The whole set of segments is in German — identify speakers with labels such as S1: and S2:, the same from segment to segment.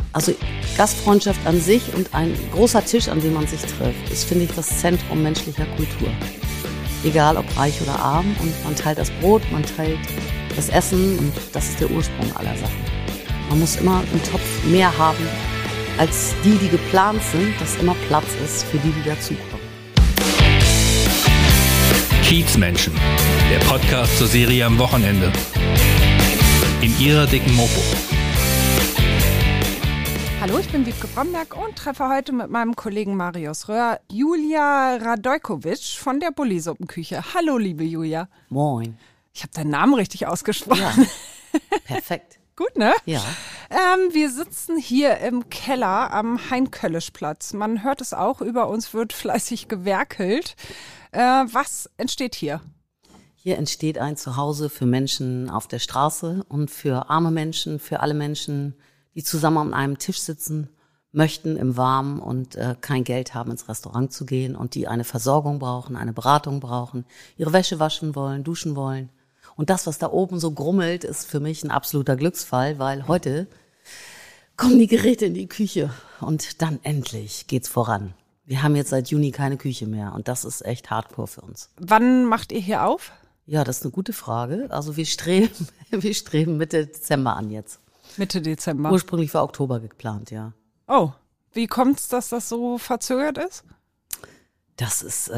S1: Also Gastfreundschaft an sich und ein großer Tisch, an dem man sich trifft, ist, finde ich, das Zentrum menschlicher Kultur. Egal ob reich oder arm, und man teilt das Brot, man teilt das Essen, und das ist der Ursprung aller Sachen. Man muss immer einen Topf mehr haben als die geplant sind, dass immer Platz ist für die dazukommen.
S2: Kiezmenschen, der Podcast zur Serie am Wochenende. In ihrer dicken Mopo.
S3: Hallo, ich bin Wiebke Bromberg und treffe heute mit meinem Kollegen Marius Röhr Julia Radojkovic von der Bulli-Suppenküche. Hallo, liebe Julia.
S1: Moin.
S3: Ich habe deinen Namen richtig ausgesprochen.
S1: Ja, perfekt.
S3: Gut, ne?
S1: Ja.
S3: Wir sitzen hier im Keller am Hein-Köllisch-Platz. Man hört es auch, über uns wird fleißig gewerkelt. Was entsteht hier?
S1: Hier entsteht ein Zuhause für Menschen auf der Straße und für arme Menschen, für alle Menschen, die zusammen an einem Tisch sitzen möchten im Warmen und kein Geld haben, ins Restaurant zu gehen, und die eine Versorgung brauchen, eine Beratung brauchen, ihre Wäsche waschen wollen, duschen wollen. Und das, was da oben so grummelt, ist für mich ein absoluter Glücksfall, weil heute kommen die Geräte in die Küche und dann endlich geht's voran. Wir haben jetzt seit Juni keine Küche mehr und das ist echt hardcore für uns.
S3: Wann macht ihr hier auf?
S1: Ja, das ist eine gute Frage. Also wir streben Mitte Dezember an jetzt.
S3: Mitte Dezember.
S1: Ursprünglich war Oktober geplant, ja.
S3: Oh, wie kommt's, dass das so verzögert ist?
S1: Das ist,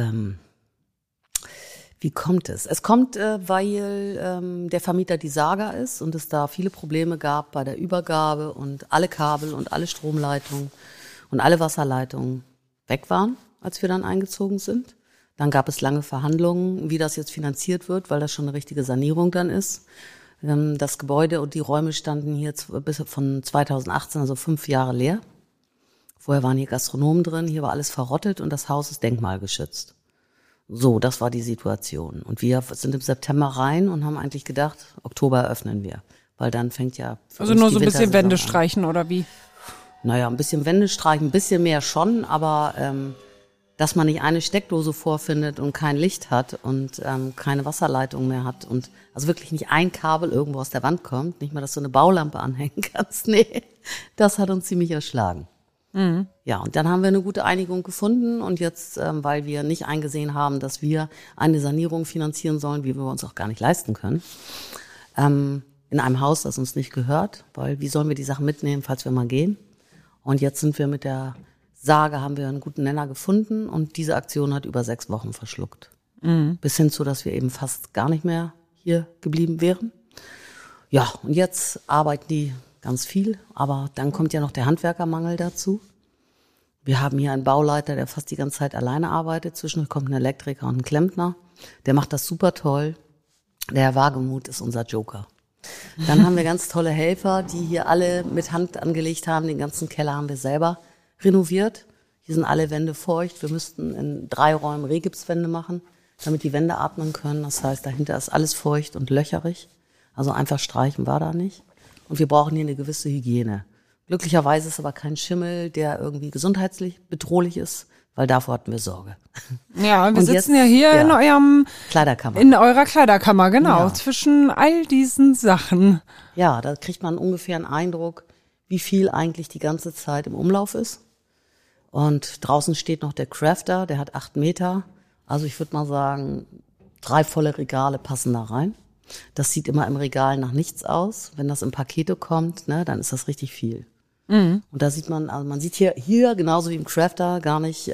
S1: wie kommt es? Es kommt, weil der Vermieter die Saga ist und es da viele Probleme gab bei der Übergabe und alle Kabel und alle Stromleitungen und alle Wasserleitungen weg waren, als wir dann eingezogen sind. Dann gab es lange Verhandlungen, wie das jetzt finanziert wird, weil das schon eine richtige Sanierung dann ist. Das Gebäude und die Räume standen hier bis von 2018, also 5 Jahre leer. Vorher waren hier Gastronomen drin, hier war alles verrottet und das Haus ist denkmalgeschützt. So, das war die Situation. Und wir sind im September rein und haben eigentlich gedacht, Oktober eröffnen wir. Weil dann fängt ja für
S3: also
S1: uns
S3: nur
S1: die
S3: so ein bisschen
S1: Wintersaison
S3: Wände
S1: an.
S3: streichen oder wie?
S1: Naja, ein bisschen Wände streichen, ein bisschen mehr schon, aber dass man nicht eine Steckdose vorfindet und kein Licht hat und keine Wasserleitung mehr hat und also wirklich nicht ein Kabel irgendwo aus der Wand kommt, nicht mal, dass du eine Baulampe anhängen kannst, nee, das hat uns ziemlich erschlagen. Mhm. Ja, und dann haben wir eine gute Einigung gefunden und jetzt, weil wir nicht eingesehen haben, dass wir eine Sanierung finanzieren sollen, wie wir uns auch gar nicht leisten können, in einem Haus, das uns nicht gehört, weil wie sollen wir die Sachen mitnehmen, falls wir mal gehen? Und jetzt sind wir mit der Sage, haben wir einen guten Nenner gefunden und diese Aktion hat über 6 Wochen verschluckt. Mhm. Bis hin zu, dass wir eben fast gar nicht mehr hier geblieben wären. Ja, und jetzt arbeiten die ganz viel, aber dann kommt ja noch der Handwerkermangel dazu. Wir haben hier einen Bauleiter, der fast die ganze Zeit alleine arbeitet. Zwischendurch kommt ein Elektriker und ein Klempner. Der macht das super toll. Der Herr Wagemuth ist unser Joker. Dann haben wir ganz tolle Helfer, die hier alle mit Hand angelegt haben. Den ganzen Keller haben wir selber renoviert. Hier sind alle Wände feucht. Wir müssten in 3 Räumen Rehgipswände machen, damit die Wände atmen können. Das heißt, dahinter ist alles feucht und löcherig. Also einfach streichen war da nicht. Und wir brauchen hier eine gewisse Hygiene. Glücklicherweise ist aber kein Schimmel, der irgendwie gesundheitlich bedrohlich ist, weil davor hatten wir Sorge.
S3: Ja, wir sitzen ja hier in eurem
S1: Kleiderkammer.
S3: In eurer Kleiderkammer, genau,
S1: Ja.
S3: Zwischen all diesen Sachen.
S1: Ja, da kriegt man ungefähr einen Eindruck, wie viel eigentlich die ganze Zeit im Umlauf ist. Und draußen steht noch der Crafter, der hat 8 Meter. Also ich würde mal sagen, 3 volle Regale passen da rein. Das sieht immer im Regal nach nichts aus. Wenn das in Pakete kommt, ne, dann ist das richtig viel. Mhm. Und da sieht man, also man sieht hier genauso wie im Crafter gar nicht,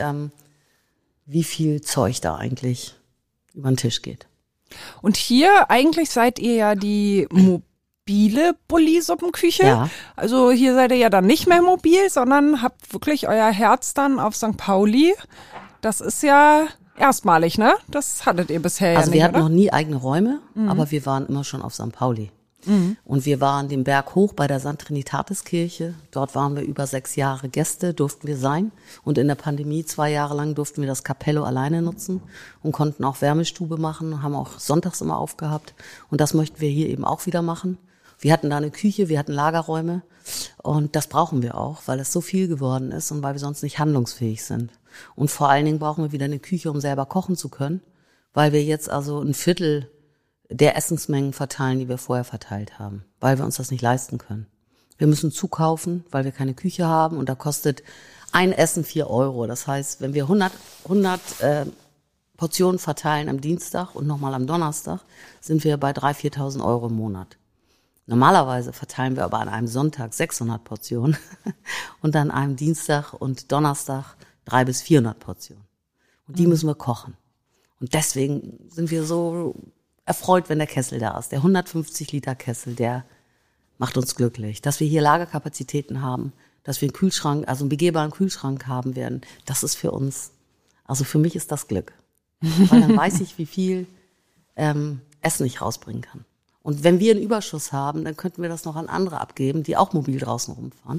S1: wie viel Zeug da eigentlich über den Tisch geht.
S3: Und hier eigentlich seid ihr ja die mobile Bulli-Suppenküche.
S1: Ja.
S3: Also hier seid ihr ja dann nicht mehr mobil, sondern habt wirklich euer Herz dann auf St. Pauli. Das ist ja erstmalig, ne? Das hattet ihr bisher ja
S1: Also
S3: nicht,
S1: wir hatten
S3: oder?
S1: noch nie eigene Räume, aber wir waren immer schon auf St. Pauli. Mhm. Und wir waren den Berg hoch bei der St. Trinitatis-Kirche. Dort waren wir über 6 Jahre Gäste, durften wir sein. Und in der Pandemie 2 Jahre lang durften wir das Capello alleine nutzen und konnten auch Wärmestube machen, haben auch sonntags immer aufgehabt. Und das möchten wir hier eben auch wieder machen. Wir hatten da eine Küche, wir hatten Lagerräume und das brauchen wir auch, weil es so viel geworden ist und weil wir sonst nicht handlungsfähig sind. Und vor allen Dingen brauchen wir wieder eine Küche, um selber kochen zu können, weil wir jetzt also 1/4 der Essensmengen verteilen, die wir vorher verteilt haben, weil wir uns das nicht leisten können. Wir müssen zukaufen, weil wir keine Küche haben und da kostet ein Essen 4 Euro. Das heißt, wenn wir 100 Portionen verteilen am Dienstag und nochmal am Donnerstag, sind wir bei 3.000, 4.000 Euro im Monat. Normalerweise verteilen wir aber an einem Sonntag 600 Portionen und an einem Dienstag und Donnerstag 300 bis 400 Portionen. Und die müssen wir kochen. Und deswegen sind wir so erfreut, wenn der Kessel da ist. Der 150 Liter Kessel, der macht uns glücklich. Dass wir hier Lagerkapazitäten haben, dass wir einen Kühlschrank, also einen begehbaren Kühlschrank haben werden, das ist für uns, also für mich ist das Glück. Weil dann weiß ich, wie viel Essen ich rausbringen kann. Und wenn wir einen Überschuss haben, dann könnten wir das noch an andere abgeben, die auch mobil draußen rumfahren.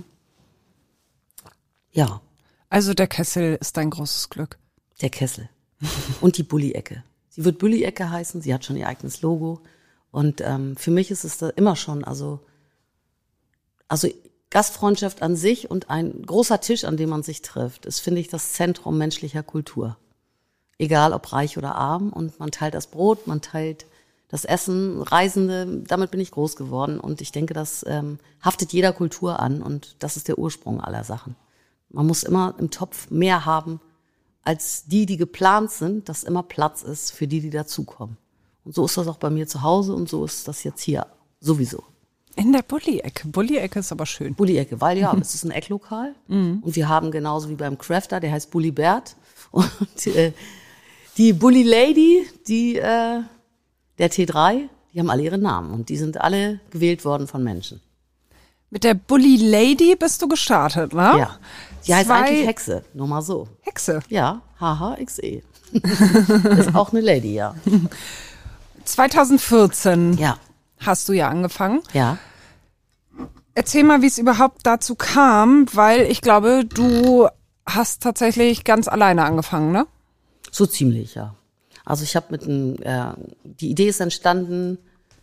S1: Ja.
S3: Also der Kessel ist dein großes Glück.
S1: Der Kessel. Und die Bulli-Ecke. Sie wird Bulli-Ecke heißen, sie hat schon ihr eigenes Logo. Und für mich ist es da immer schon, also Gastfreundschaft an sich und ein großer Tisch, an dem man sich trifft, ist, finde ich, das Zentrum menschlicher Kultur. Egal ob reich oder arm. Und man teilt das Brot, man teilt das Essen, Reisende, damit bin ich groß geworden. Und ich denke, das haftet jeder Kultur an. Und das ist der Ursprung aller Sachen. Man muss immer im Topf mehr haben, als die geplant sind, dass immer Platz ist für die dazukommen. Und so ist das auch bei mir zu Hause und so ist das jetzt hier sowieso.
S3: In der Bulli-Ecke. Bulli-Ecke ist aber schön.
S1: Bulli-Ecke, weil ja, es ist ein Ecklokal. Und wir haben genauso wie beim Crafter, der heißt Bulli Bert. Und die Bulli Lady, der T3, die haben alle ihre Namen. Und die sind alle gewählt worden von Menschen.
S3: Mit der Bulli Lady bist du gestartet, ne?
S1: Ja. Die heißt eigentlich Hexe, nur mal so.
S3: Hexe?
S1: Ja, HHXE. Ist auch eine Lady, ja.
S3: 2014
S1: Ja.
S3: hast du ja angefangen.
S1: Ja.
S3: Erzähl mal, wie es überhaupt dazu kam, weil ich glaube, du hast tatsächlich ganz alleine angefangen, ne?
S1: So ziemlich, ja. Also ich habe die Idee ist entstanden,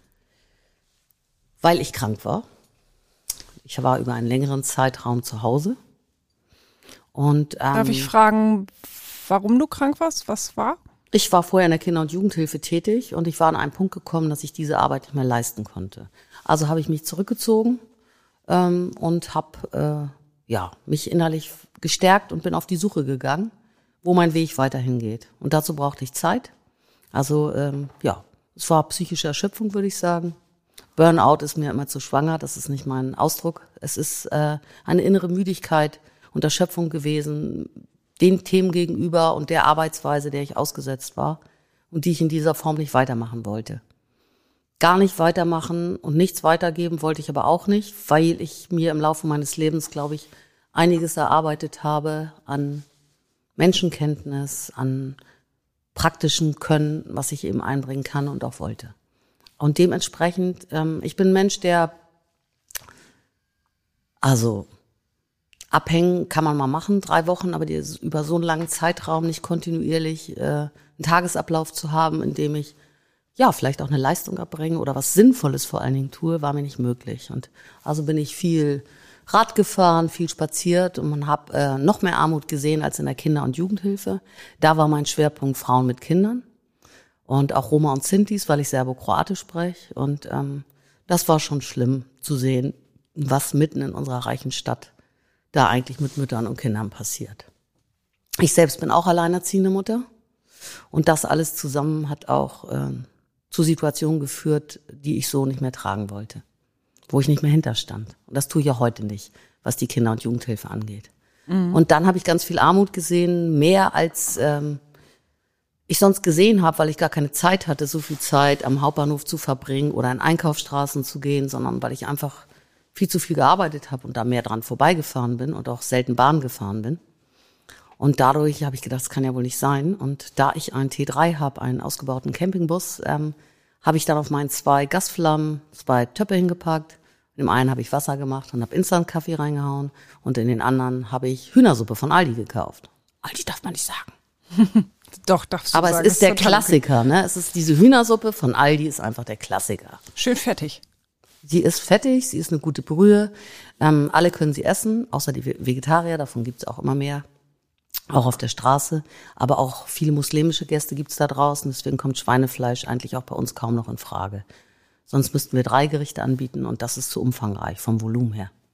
S1: weil ich krank war. Ich war über einen längeren Zeitraum zu Hause. Und
S3: darf ich fragen, warum du krank warst? Was war?
S1: Ich war vorher in der Kinder- und Jugendhilfe tätig und ich war an einen Punkt gekommen, dass ich diese Arbeit nicht mehr leisten konnte. Also habe ich mich zurückgezogen und habe mich innerlich gestärkt und bin auf die Suche gegangen, wo mein Weg weiterhin geht. Und dazu brauchte ich Zeit. Also es war psychische Erschöpfung, würde ich sagen. Burnout ist mir immer zu schwanger, das ist nicht mein Ausdruck. Es ist eine innere Müdigkeit und Erschöpfung gewesen, den Themen gegenüber und der Arbeitsweise, der ich ausgesetzt war und die ich in dieser Form nicht weitermachen wollte. Gar nicht weitermachen und nichts weitergeben wollte ich aber auch nicht, weil ich mir im Laufe meines Lebens, glaube ich, einiges erarbeitet habe an Menschenkenntnis, an praktischen Können, was ich eben einbringen kann und auch wollte. Und dementsprechend, ich bin ein Mensch, der, abhängen kann man mal machen, 3 Wochen, aber über so einen langen Zeitraum nicht kontinuierlich einen Tagesablauf zu haben, in dem ich vielleicht auch eine Leistung erbringe oder was Sinnvolles vor allen Dingen tue, war mir nicht möglich. Und also bin ich viel Rad gefahren, viel spaziert und man habe noch mehr Armut gesehen als in der Kinder- und Jugendhilfe. Da war mein Schwerpunkt Frauen mit Kindern und auch Roma und Sintis, weil ich Serbo-Kroatisch spreche. Und das war schon schlimm zu sehen, was mitten in unserer reichen Stadt da eigentlich mit Müttern und Kindern passiert. Ich selbst bin auch alleinerziehende Mutter und das alles zusammen hat auch zu Situationen geführt, die ich so nicht mehr tragen wollte, wo ich nicht mehr hinterstand. Und das tue ich ja heute nicht, was die Kinder- und Jugendhilfe angeht. Mhm. Und dann habe ich ganz viel Armut gesehen, mehr als ich sonst gesehen habe, weil ich gar keine Zeit hatte, so viel Zeit am Hauptbahnhof zu verbringen oder in Einkaufsstraßen zu gehen, sondern weil ich einfach viel zu viel gearbeitet habe und da mehr dran vorbeigefahren bin und auch selten Bahn gefahren bin. Und dadurch habe ich gedacht, das kann ja wohl nicht sein. Und da ich einen T3 habe, einen ausgebauten Campingbus, habe ich dann auf meinen 2 Gasflammen 2 Töpfe hingepackt. In dem einen habe ich Wasser gemacht und habe Instant-Kaffee reingehauen und in den anderen habe ich Hühnersuppe von Aldi gekauft. Aldi darf man nicht sagen.
S3: Doch, darfst du
S1: aber
S3: sagen.
S1: Aber es ist der Klassiker, ne? Es ist diese Hühnersuppe von Aldi, ist einfach der Klassiker.
S3: Schön fettig.
S1: Sie ist fettig, sie ist eine gute Brühe. Alle können sie essen, außer die Vegetarier, davon gibt's auch immer mehr. Auch auf der Straße. Aber auch viele muslimische Gäste gibt's da draußen. Deswegen kommt Schweinefleisch eigentlich auch bei uns kaum noch in Frage. Sonst müssten wir 3 Gerichte anbieten und das ist zu umfangreich vom Volumen her.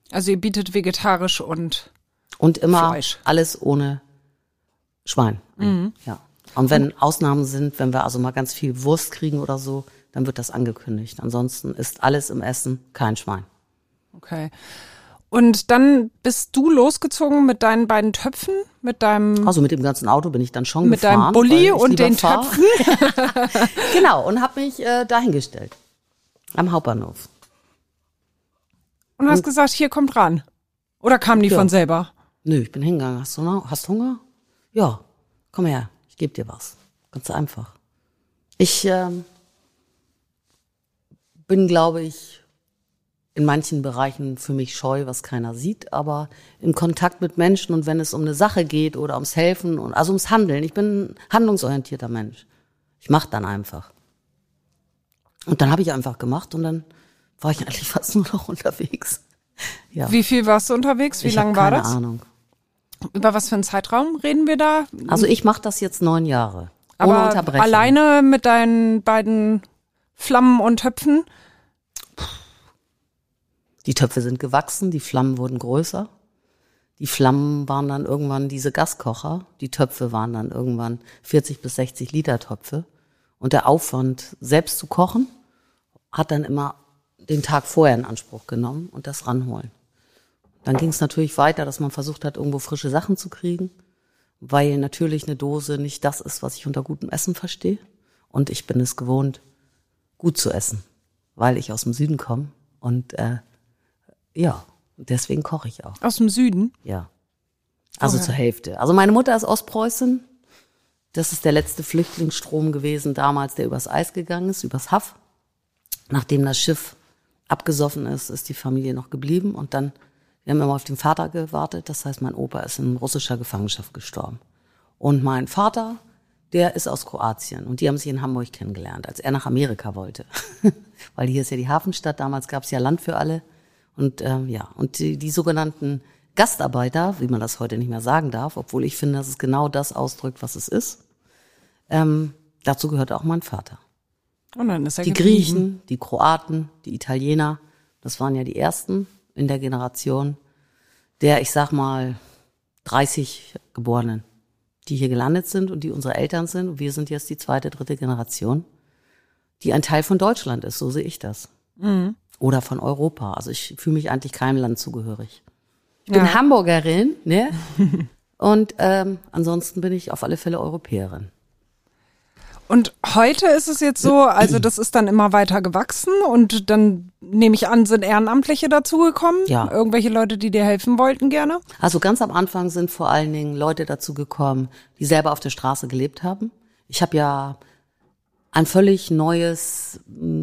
S3: Also ihr bietet vegetarisch und
S1: immer
S3: Fleisch.
S1: alles ohne Schwein. Ja. Und wenn Ausnahmen sind, wenn wir also mal ganz viel Wurst kriegen oder so, dann wird das angekündigt. Ansonsten ist alles im Essen kein Schwein.
S3: Okay. Und dann bist du losgezogen mit deinen beiden Töpfen, mit deinem
S1: Also mit dem ganzen Auto bin ich dann schon
S3: mit
S1: gefahren.
S3: deinem Bulli
S1: weil ich
S3: und
S1: lieber
S3: den
S1: fahr.
S3: Töpfen.
S1: Genau, und habe mich dahingestellt. Am Hauptbahnhof.
S3: Und hast gesagt, hier kommt ran. Oder kamen die
S1: Ja.
S3: von selber?
S1: Nö, ich bin hingegangen. Hast Hunger? Ja, komm her, ich gebe dir was. Ganz einfach. Ich bin, glaube ich, in manchen Bereichen für mich scheu, was keiner sieht, aber im Kontakt mit Menschen und wenn es um eine Sache geht oder ums Helfen, also ums Handeln, ich bin ein handlungsorientierter Mensch. Ich mache dann einfach. Und dann habe ich einfach gemacht und dann war ich eigentlich fast nur noch unterwegs. Ja.
S3: Wie viel warst du unterwegs? Wie
S1: Ich
S3: lang
S1: hab
S3: war
S1: keine
S3: das?
S1: Ahnung.
S3: Über was für einen Zeitraum reden wir da?
S1: Also ich mache das jetzt 9 Jahre. Ohne
S3: Aber
S1: Unterbrechung.
S3: alleine mit deinen beiden Flammen und Töpfen?
S1: Die Töpfe sind gewachsen, die Flammen wurden größer. Die Flammen waren dann irgendwann diese Gaskocher. Die Töpfe waren dann irgendwann 40 bis 60 Liter Töpfe. Und der Aufwand, selbst zu kochen, hat dann immer den Tag vorher in Anspruch genommen und das ranholen. Dann ging es natürlich weiter, dass man versucht hat, irgendwo frische Sachen zu kriegen, weil natürlich eine Dose nicht das ist, was ich unter gutem Essen verstehe. Und ich bin es gewohnt, gut zu essen, weil ich aus dem Süden komme. Und ja, deswegen koche ich auch.
S3: Aus dem Süden?
S1: Ja. Also
S3: Okay.
S1: zur Hälfte. Also meine Mutter ist Ostpreußin. Das ist der letzte Flüchtlingsstrom gewesen damals, der übers Eis gegangen ist, übers Haff. Nachdem das Schiff abgesoffen ist, ist die Familie noch geblieben. Und dann, wir haben immer auf den Vater gewartet. Das heißt, mein Opa ist in russischer Gefangenschaft gestorben. Und mein Vater, der ist aus Kroatien. Und die haben sich in Hamburg kennengelernt, als er nach Amerika wollte. Weil hier ist ja die Hafenstadt. Damals gab es ja Land für alle. Und ja, und die sogenannten Gastarbeiter, wie man das heute nicht mehr sagen darf, obwohl ich finde, dass es genau das ausdrückt, was es ist. Dazu gehört auch mein Vater.
S3: Und dann ist er
S1: Die
S3: geblieben.
S1: Griechen, die Kroaten, die Italiener, das waren ja die ersten in der Generation der, ich sag mal, 30 Geborenen, die hier gelandet sind und die unsere Eltern sind. Und wir sind jetzt die 2., 3. Generation, die ein Teil von Deutschland ist, so sehe ich das.
S3: Mhm.
S1: Oder von Europa. Also ich fühle mich eigentlich keinem Land zugehörig. Ich bin
S3: Ja.
S1: Hamburgerin, ne? Und ansonsten bin ich auf alle Fälle Europäerin.
S3: Und heute ist es jetzt so, also das ist dann immer weiter gewachsen und dann nehme ich an, sind Ehrenamtliche dazugekommen?
S1: Ja.
S3: Irgendwelche Leute, die dir helfen wollten gerne?
S1: Also ganz am Anfang sind vor allen Dingen Leute dazu gekommen, die selber auf der Straße gelebt haben. Ich habe ja ein völlig neues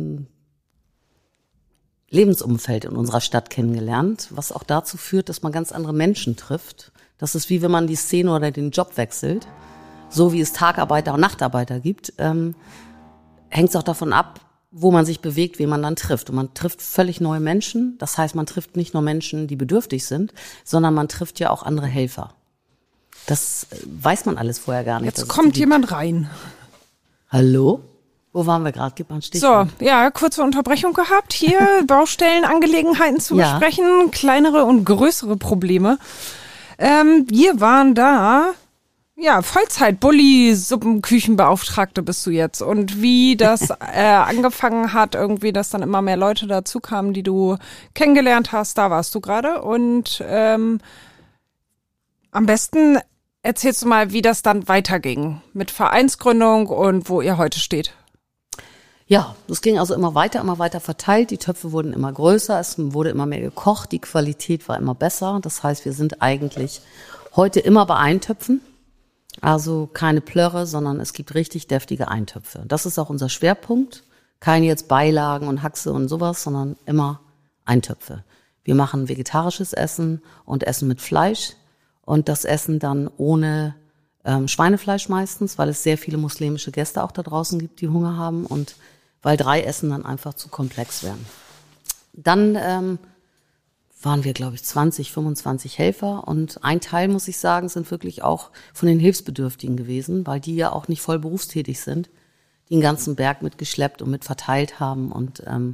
S1: Lebensumfeld in unserer Stadt kennengelernt, was auch dazu führt, dass man ganz andere Menschen trifft. Das ist wie wenn man die Szene oder den Job wechselt. So wie es Tagarbeiter und Nachtarbeiter gibt, hängt es auch davon ab, wo man sich bewegt, wen man dann trifft. Und man trifft völlig neue Menschen. Das heißt, man trifft nicht nur Menschen, die bedürftig sind, sondern man trifft ja auch andere Helfer. Das weiß man alles vorher gar nicht.
S3: Jetzt
S1: dass es
S3: kommt
S1: die gibt.
S3: jemand rein.
S1: Hallo? Wo waren wir gerade? Gib mal ein Stichwort.
S3: So, ja, kurze Unterbrechung gehabt. Hier Baustellenangelegenheiten zu
S1: Ja.
S3: besprechen, kleinere und größere Probleme. Wir waren da, ja, Vollzeit-Bulli, Suppenküchenbeauftragte bist du jetzt. Und wie das angefangen hat, irgendwie, dass dann immer mehr Leute dazu kamen, die du kennengelernt hast, da warst du gerade. Und am besten erzählst du mal, wie das dann weiterging mit Vereinsgründung und wo ihr heute steht.
S1: Ja, das ging also immer weiter verteilt. Die Töpfe wurden immer größer, es wurde immer mehr gekocht, die Qualität war immer besser. Das heißt, wir sind eigentlich heute immer bei Eintöpfen. Also keine Plörre, sondern es gibt richtig deftige Eintöpfe. Das ist auch unser Schwerpunkt. Keine jetzt Beilagen und Haxe und sowas, sondern immer Eintöpfe. Wir machen vegetarisches Essen und Essen mit Fleisch und das Essen dann ohne Schweinefleisch meistens, weil es sehr viele muslimische Gäste auch da draußen gibt, die Hunger haben und weil 3 Essen dann einfach zu komplex wären. Dann waren wir, glaube ich, 20, 25 Helfer und ein Teil, muss ich sagen, sind wirklich auch von den Hilfsbedürftigen gewesen, weil die ja auch nicht voll berufstätig sind, die den ganzen Berg mitgeschleppt und mit verteilt haben und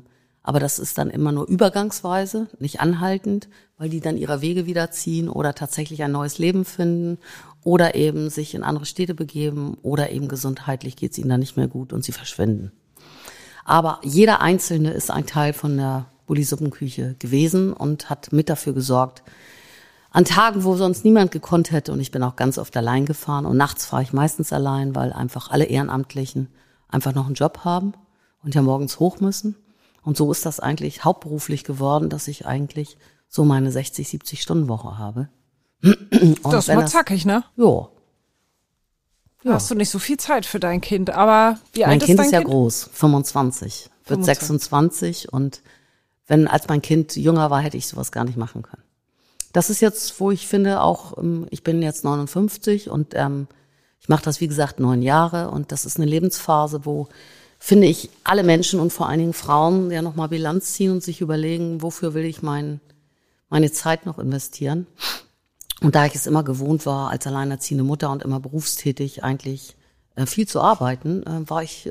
S1: Aber das ist dann immer nur übergangsweise, nicht anhaltend, weil die dann ihre Wege wieder ziehen oder tatsächlich ein neues Leben finden oder eben sich in andere Städte begeben oder eben gesundheitlich geht es ihnen dann nicht mehr gut und sie verschwinden. Aber jeder Einzelne ist ein Teil von der Bulli-Suppenküche gewesen und hat mit dafür gesorgt, an Tagen, wo sonst niemand gekonnt hätte, und ich bin auch ganz oft allein gefahren und nachts fahre ich meistens allein, weil einfach alle Ehrenamtlichen einfach noch einen Job haben und ja morgens hoch müssen. Und so ist das eigentlich hauptberuflich geworden, dass ich eigentlich so meine 60-70-Stunden-Woche habe. Und
S3: das ist mal zackig, ne?
S1: Ja.
S3: Ja. Hast du nicht so viel Zeit für dein Kind, aber wie alt ist dein Kind?
S1: Mein Kind ist ja groß, 25, wird 26 und als mein Kind jünger war, hätte ich sowas gar nicht machen können. Das ist jetzt, wo ich finde, auch, ich bin jetzt 59 und ich mache das, wie gesagt, 9 Jahre und das ist eine Lebensphase, wo, finde ich, alle Menschen und vor allen Dingen Frauen ja nochmal Bilanz ziehen und sich überlegen, wofür will ich meine Zeit noch investieren. Und da ich es immer gewohnt war, als alleinerziehende Mutter und immer berufstätig eigentlich viel zu arbeiten, war ich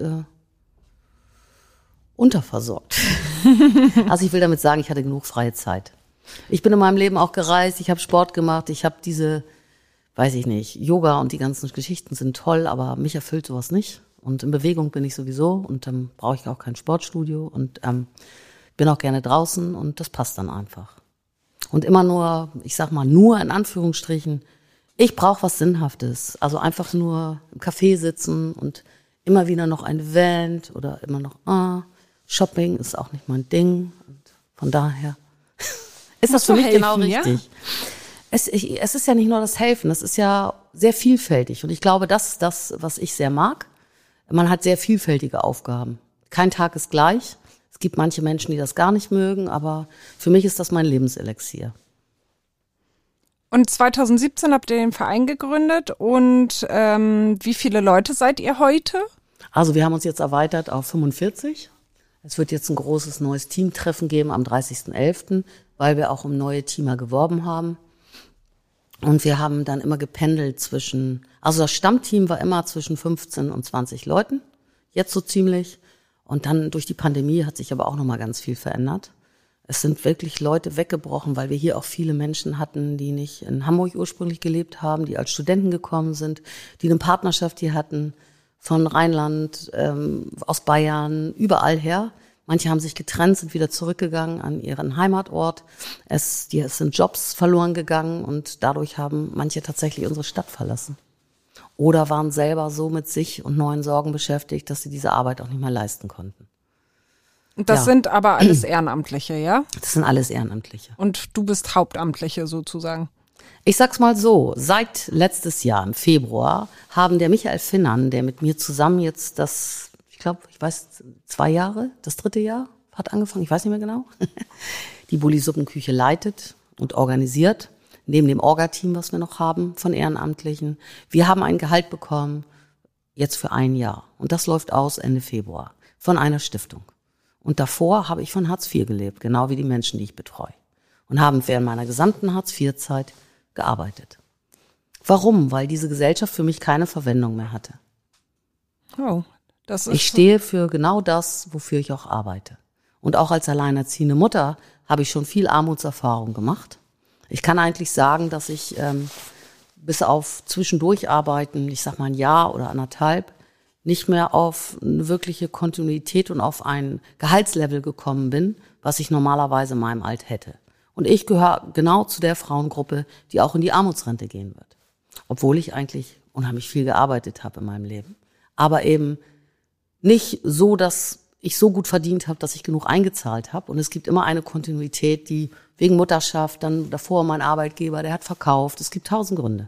S1: unterversorgt. Also ich will damit sagen, ich hatte genug freie Zeit. Ich bin in meinem Leben auch gereist, ich habe Sport gemacht, ich habe diese, weiß ich nicht, Yoga und die ganzen Geschichten sind toll, aber mich erfüllt sowas nicht. Und in Bewegung bin ich sowieso und dann brauche ich auch kein Sportstudio und bin auch gerne draußen und das passt dann einfach. Und immer nur, ich sag mal, nur in Anführungsstrichen, ich brauche was Sinnhaftes. Also einfach nur im Café sitzen und immer wieder noch ein Event oder immer noch, Shopping ist auch nicht mein Ding. Und von daher ist das für mich genau richtig. Ja? Es ist ja nicht nur das Helfen, es ist ja sehr vielfältig. Und ich glaube, das ist das, was ich sehr mag. Man hat sehr vielfältige Aufgaben. Kein Tag ist gleich. Es gibt manche Menschen, die das gar nicht mögen, aber für mich ist das mein Lebenselixier.
S3: Und 2017 habt ihr den Verein gegründet und wie viele Leute seid ihr heute?
S1: Also wir haben uns jetzt erweitert auf 45. Es wird jetzt ein großes neues Teamtreffen geben am 30.11., weil wir auch um neue Teamer geworben haben. Und wir haben dann immer gependelt also das Stammteam war immer zwischen 15 und 20 Leuten, jetzt so ziemlich. Und dann durch die Pandemie hat sich aber auch nochmal ganz viel verändert. Es sind wirklich Leute weggebrochen, weil wir hier auch viele Menschen hatten, die nicht in Hamburg ursprünglich gelebt haben, die als Studenten gekommen sind, die eine Partnerschaft hier hatten, von Rheinland, aus Bayern, überall her. Manche haben sich getrennt, sind wieder zurückgegangen an ihren Heimatort. Es sind Jobs verloren gegangen und dadurch haben manche tatsächlich unsere Stadt verlassen. Oder waren selber so mit sich und neuen Sorgen beschäftigt, dass sie diese Arbeit auch nicht mehr leisten konnten.
S3: Das sind aber alles Ehrenamtliche, ja?
S1: Das sind alles Ehrenamtliche.
S3: Und du bist Hauptamtliche sozusagen?
S1: Ich sag's mal so, seit letztes Jahr im Februar haben der Michael Finnern, der mit mir zusammen jetzt das 2 Jahre, das 3. Jahr hat angefangen, ich weiß nicht mehr genau, die Bulli-Suppenküche leitet und organisiert, neben dem Orga-Team, was wir noch haben von Ehrenamtlichen. Wir haben ein Gehalt bekommen, jetzt für 1 Jahr. Und das läuft aus Ende Februar von einer Stiftung. Und davor habe ich von Hartz IV gelebt, genau wie die Menschen, die ich betreue. Und haben während meiner gesamten Hartz-IV-Zeit gearbeitet. Warum? Weil diese Gesellschaft für mich keine Verwendung mehr hatte.
S3: Oh.
S1: Ich stehe für genau das, wofür ich auch arbeite. Und auch als alleinerziehende Mutter habe ich schon viel Armutserfahrung gemacht. Ich kann eigentlich sagen, dass ich bis auf zwischendurch arbeiten, ich sag mal 1 Jahr oder 1,5, nicht mehr auf eine wirkliche Kontinuität und auf ein Gehaltslevel gekommen bin, was ich normalerweise in meinem Alter hätte. Und ich gehöre genau zu der Frauengruppe, die auch in die Armutsrente gehen wird. Obwohl ich eigentlich unheimlich viel gearbeitet habe in meinem Leben. Aber eben nicht so, dass ich so gut verdient habe, dass ich genug eingezahlt habe. Und es gibt immer eine Kontinuität, die wegen Mutterschaft, dann davor mein Arbeitgeber, der hat verkauft. Es gibt 1000 Gründe.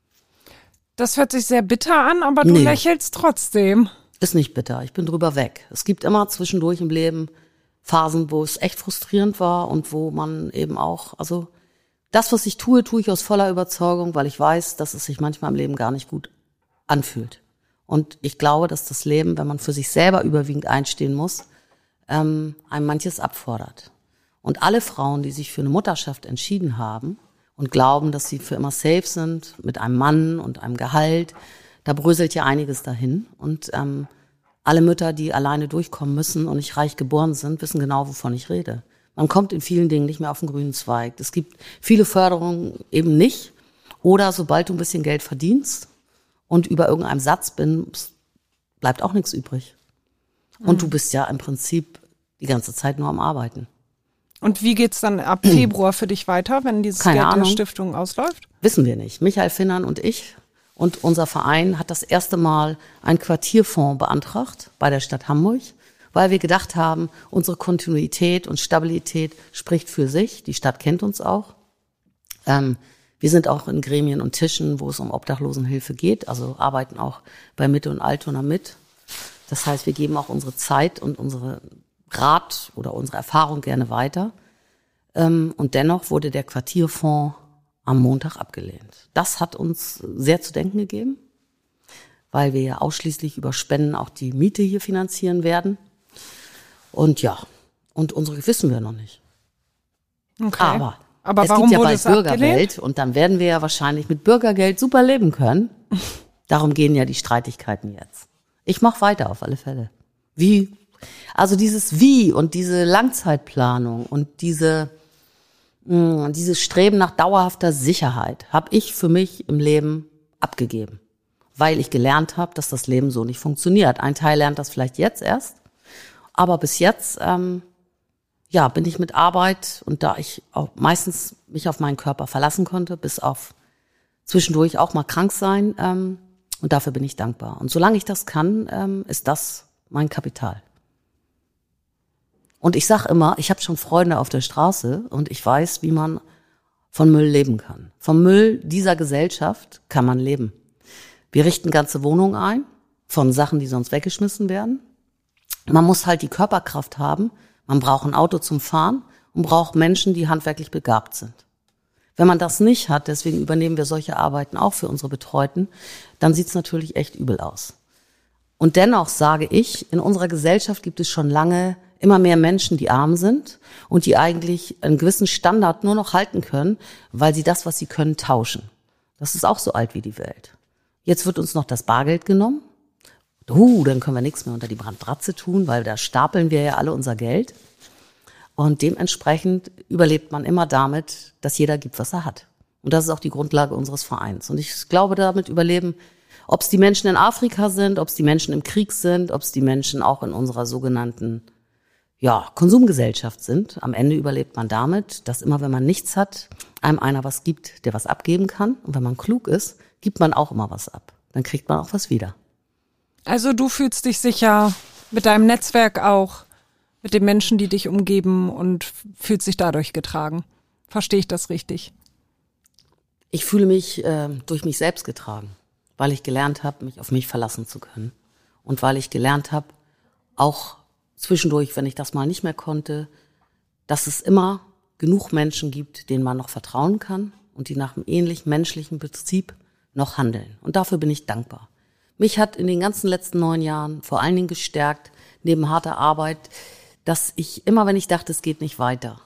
S3: Das hört sich sehr bitter an, aber du lächelst trotzdem.
S1: Ist nicht bitter, ich bin drüber weg. Es gibt immer zwischendurch im Leben Phasen, wo es echt frustrierend war und wo man eben auch, also das, was ich tue ich aus voller Überzeugung, weil ich weiß, dass es sich manchmal im Leben gar nicht gut anfühlt. Und ich glaube, dass das Leben, wenn man für sich selber überwiegend einstehen muss, einem manches abfordert. Und alle Frauen, die sich für eine Mutterschaft entschieden haben und glauben, dass sie für immer safe sind mit einem Mann und einem Gehalt, da bröselt ja einiges dahin. Und Alle Mütter, die alleine durchkommen müssen und nicht reich geboren sind, wissen genau, wovon ich rede. Man kommt in vielen Dingen nicht mehr auf den grünen Zweig. Es gibt viele Förderungen eben nicht. Oder sobald du ein bisschen Geld verdienst und über irgendeinem Satz bist, bleibt auch nichts übrig. Und du bist ja im Prinzip die ganze Zeit nur am Arbeiten.
S3: Und wie geht's dann ab Februar für dich weiter, wenn dieses
S1: Keine
S3: Geld
S1: Ahnung.
S3: der Stiftung ausläuft?
S1: Wissen wir nicht. Michael Finnern und ich und unser Verein hat das erste Mal einen Quartierfonds beantragt bei der Stadt Hamburg, weil wir gedacht haben, unsere Kontinuität und Stabilität spricht für sich. Die Stadt kennt uns auch. Wir sind auch in Gremien und Tischen, wo es um Obdachlosenhilfe geht, also arbeiten auch bei Mitte und Altona mit. Das heißt, wir geben auch unsere Zeit und unsere Rat oder unsere Erfahrung gerne weiter. Und dennoch wurde der Quartierfonds am Montag abgelehnt. Das hat uns sehr zu denken gegeben, weil wir ja ausschließlich über Spenden auch die Miete hier finanzieren werden. Und ja, und unsere wissen wir noch nicht.
S3: Okay.
S1: Aber es
S3: warum
S1: gibt ja
S3: wurde
S1: bald
S3: es abgelehnt?
S1: Bürgergeld und dann werden wir ja wahrscheinlich mit Bürgergeld super leben können. Darum gehen ja die Streitigkeiten jetzt. Ich mache weiter auf alle Fälle. Also dieses Wie und diese Langzeitplanung und dieses Streben nach dauerhafter Sicherheit habe ich für mich im Leben abgegeben, weil ich gelernt habe, dass das Leben so nicht funktioniert. Ein Teil lernt das vielleicht jetzt erst, aber bis jetzt bin ich mit Arbeit und da ich auch meistens mich auf meinen Körper verlassen konnte, bis auf zwischendurch auch mal krank sein und dafür bin ich dankbar. Und solange ich das kann, ist das mein Kapital. Und ich sage immer, ich habe schon Freunde auf der Straße und ich weiß, wie man von Müll leben kann. Vom Müll dieser Gesellschaft kann man leben. Wir richten ganze Wohnungen ein von Sachen, die sonst weggeschmissen werden. Man muss halt die Körperkraft haben. Man braucht ein Auto zum Fahren und braucht Menschen, die handwerklich begabt sind. Wenn man das nicht hat, deswegen übernehmen wir solche Arbeiten auch für unsere Betreuten, dann sieht's natürlich echt übel aus. Und dennoch sage ich, in unserer Gesellschaft gibt es schon lange immer mehr Menschen, die arm sind und die eigentlich einen gewissen Standard nur noch halten können, weil sie das, was sie können, tauschen. Das ist auch so alt wie die Welt. Jetzt wird uns noch das Bargeld genommen. Dann können wir nichts mehr unter die Matratze tun, weil da stapeln wir ja alle unser Geld. Und dementsprechend überlebt man immer damit, dass jeder gibt, was er hat. Und das ist auch die Grundlage unseres Vereins. Und ich glaube, damit überleben, ob es die Menschen in Afrika sind, ob es die Menschen im Krieg sind, ob es die Menschen auch in unserer sogenannten Konsumgesellschaft sind. Am Ende überlebt man damit, dass immer, wenn man nichts hat, einem einer was gibt, der was abgeben kann. Und wenn man klug ist, gibt man auch immer was ab. Dann kriegt man auch was wieder.
S3: Also du fühlst dich sicher mit deinem Netzwerk auch, mit den Menschen, die dich umgeben und fühlst dich dadurch getragen. Verstehe ich das richtig?
S1: Ich fühle mich durch mich selbst getragen, weil ich gelernt habe, mich auf mich verlassen zu können. Und weil ich gelernt habe, auch zwischendurch, wenn ich das mal nicht mehr konnte, dass es immer genug Menschen gibt, denen man noch vertrauen kann und die nach einem ähnlich menschlichen Prinzip noch handeln. Und dafür bin ich dankbar. Mich hat in den ganzen letzten 9 Jahren vor allen Dingen gestärkt, neben harter Arbeit, dass ich immer, wenn ich dachte, es geht nicht weiter,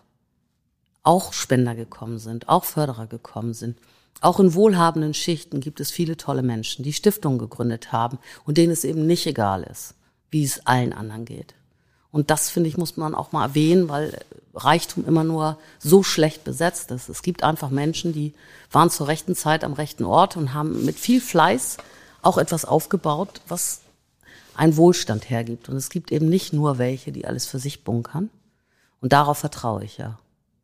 S1: auch Spender gekommen sind, auch Förderer gekommen sind. Auch in wohlhabenden Schichten gibt es viele tolle Menschen, die Stiftungen gegründet haben und denen es eben nicht egal ist, wie es allen anderen geht. Und das, finde ich, muss man auch mal erwähnen, weil Reichtum immer nur so schlecht besetzt ist. Es gibt einfach Menschen, die waren zur rechten Zeit am rechten Ort und haben mit viel Fleiß auch etwas aufgebaut, was einen Wohlstand hergibt. Und es gibt eben nicht nur welche, die alles für sich bunkern. Und darauf vertraue ich, ja.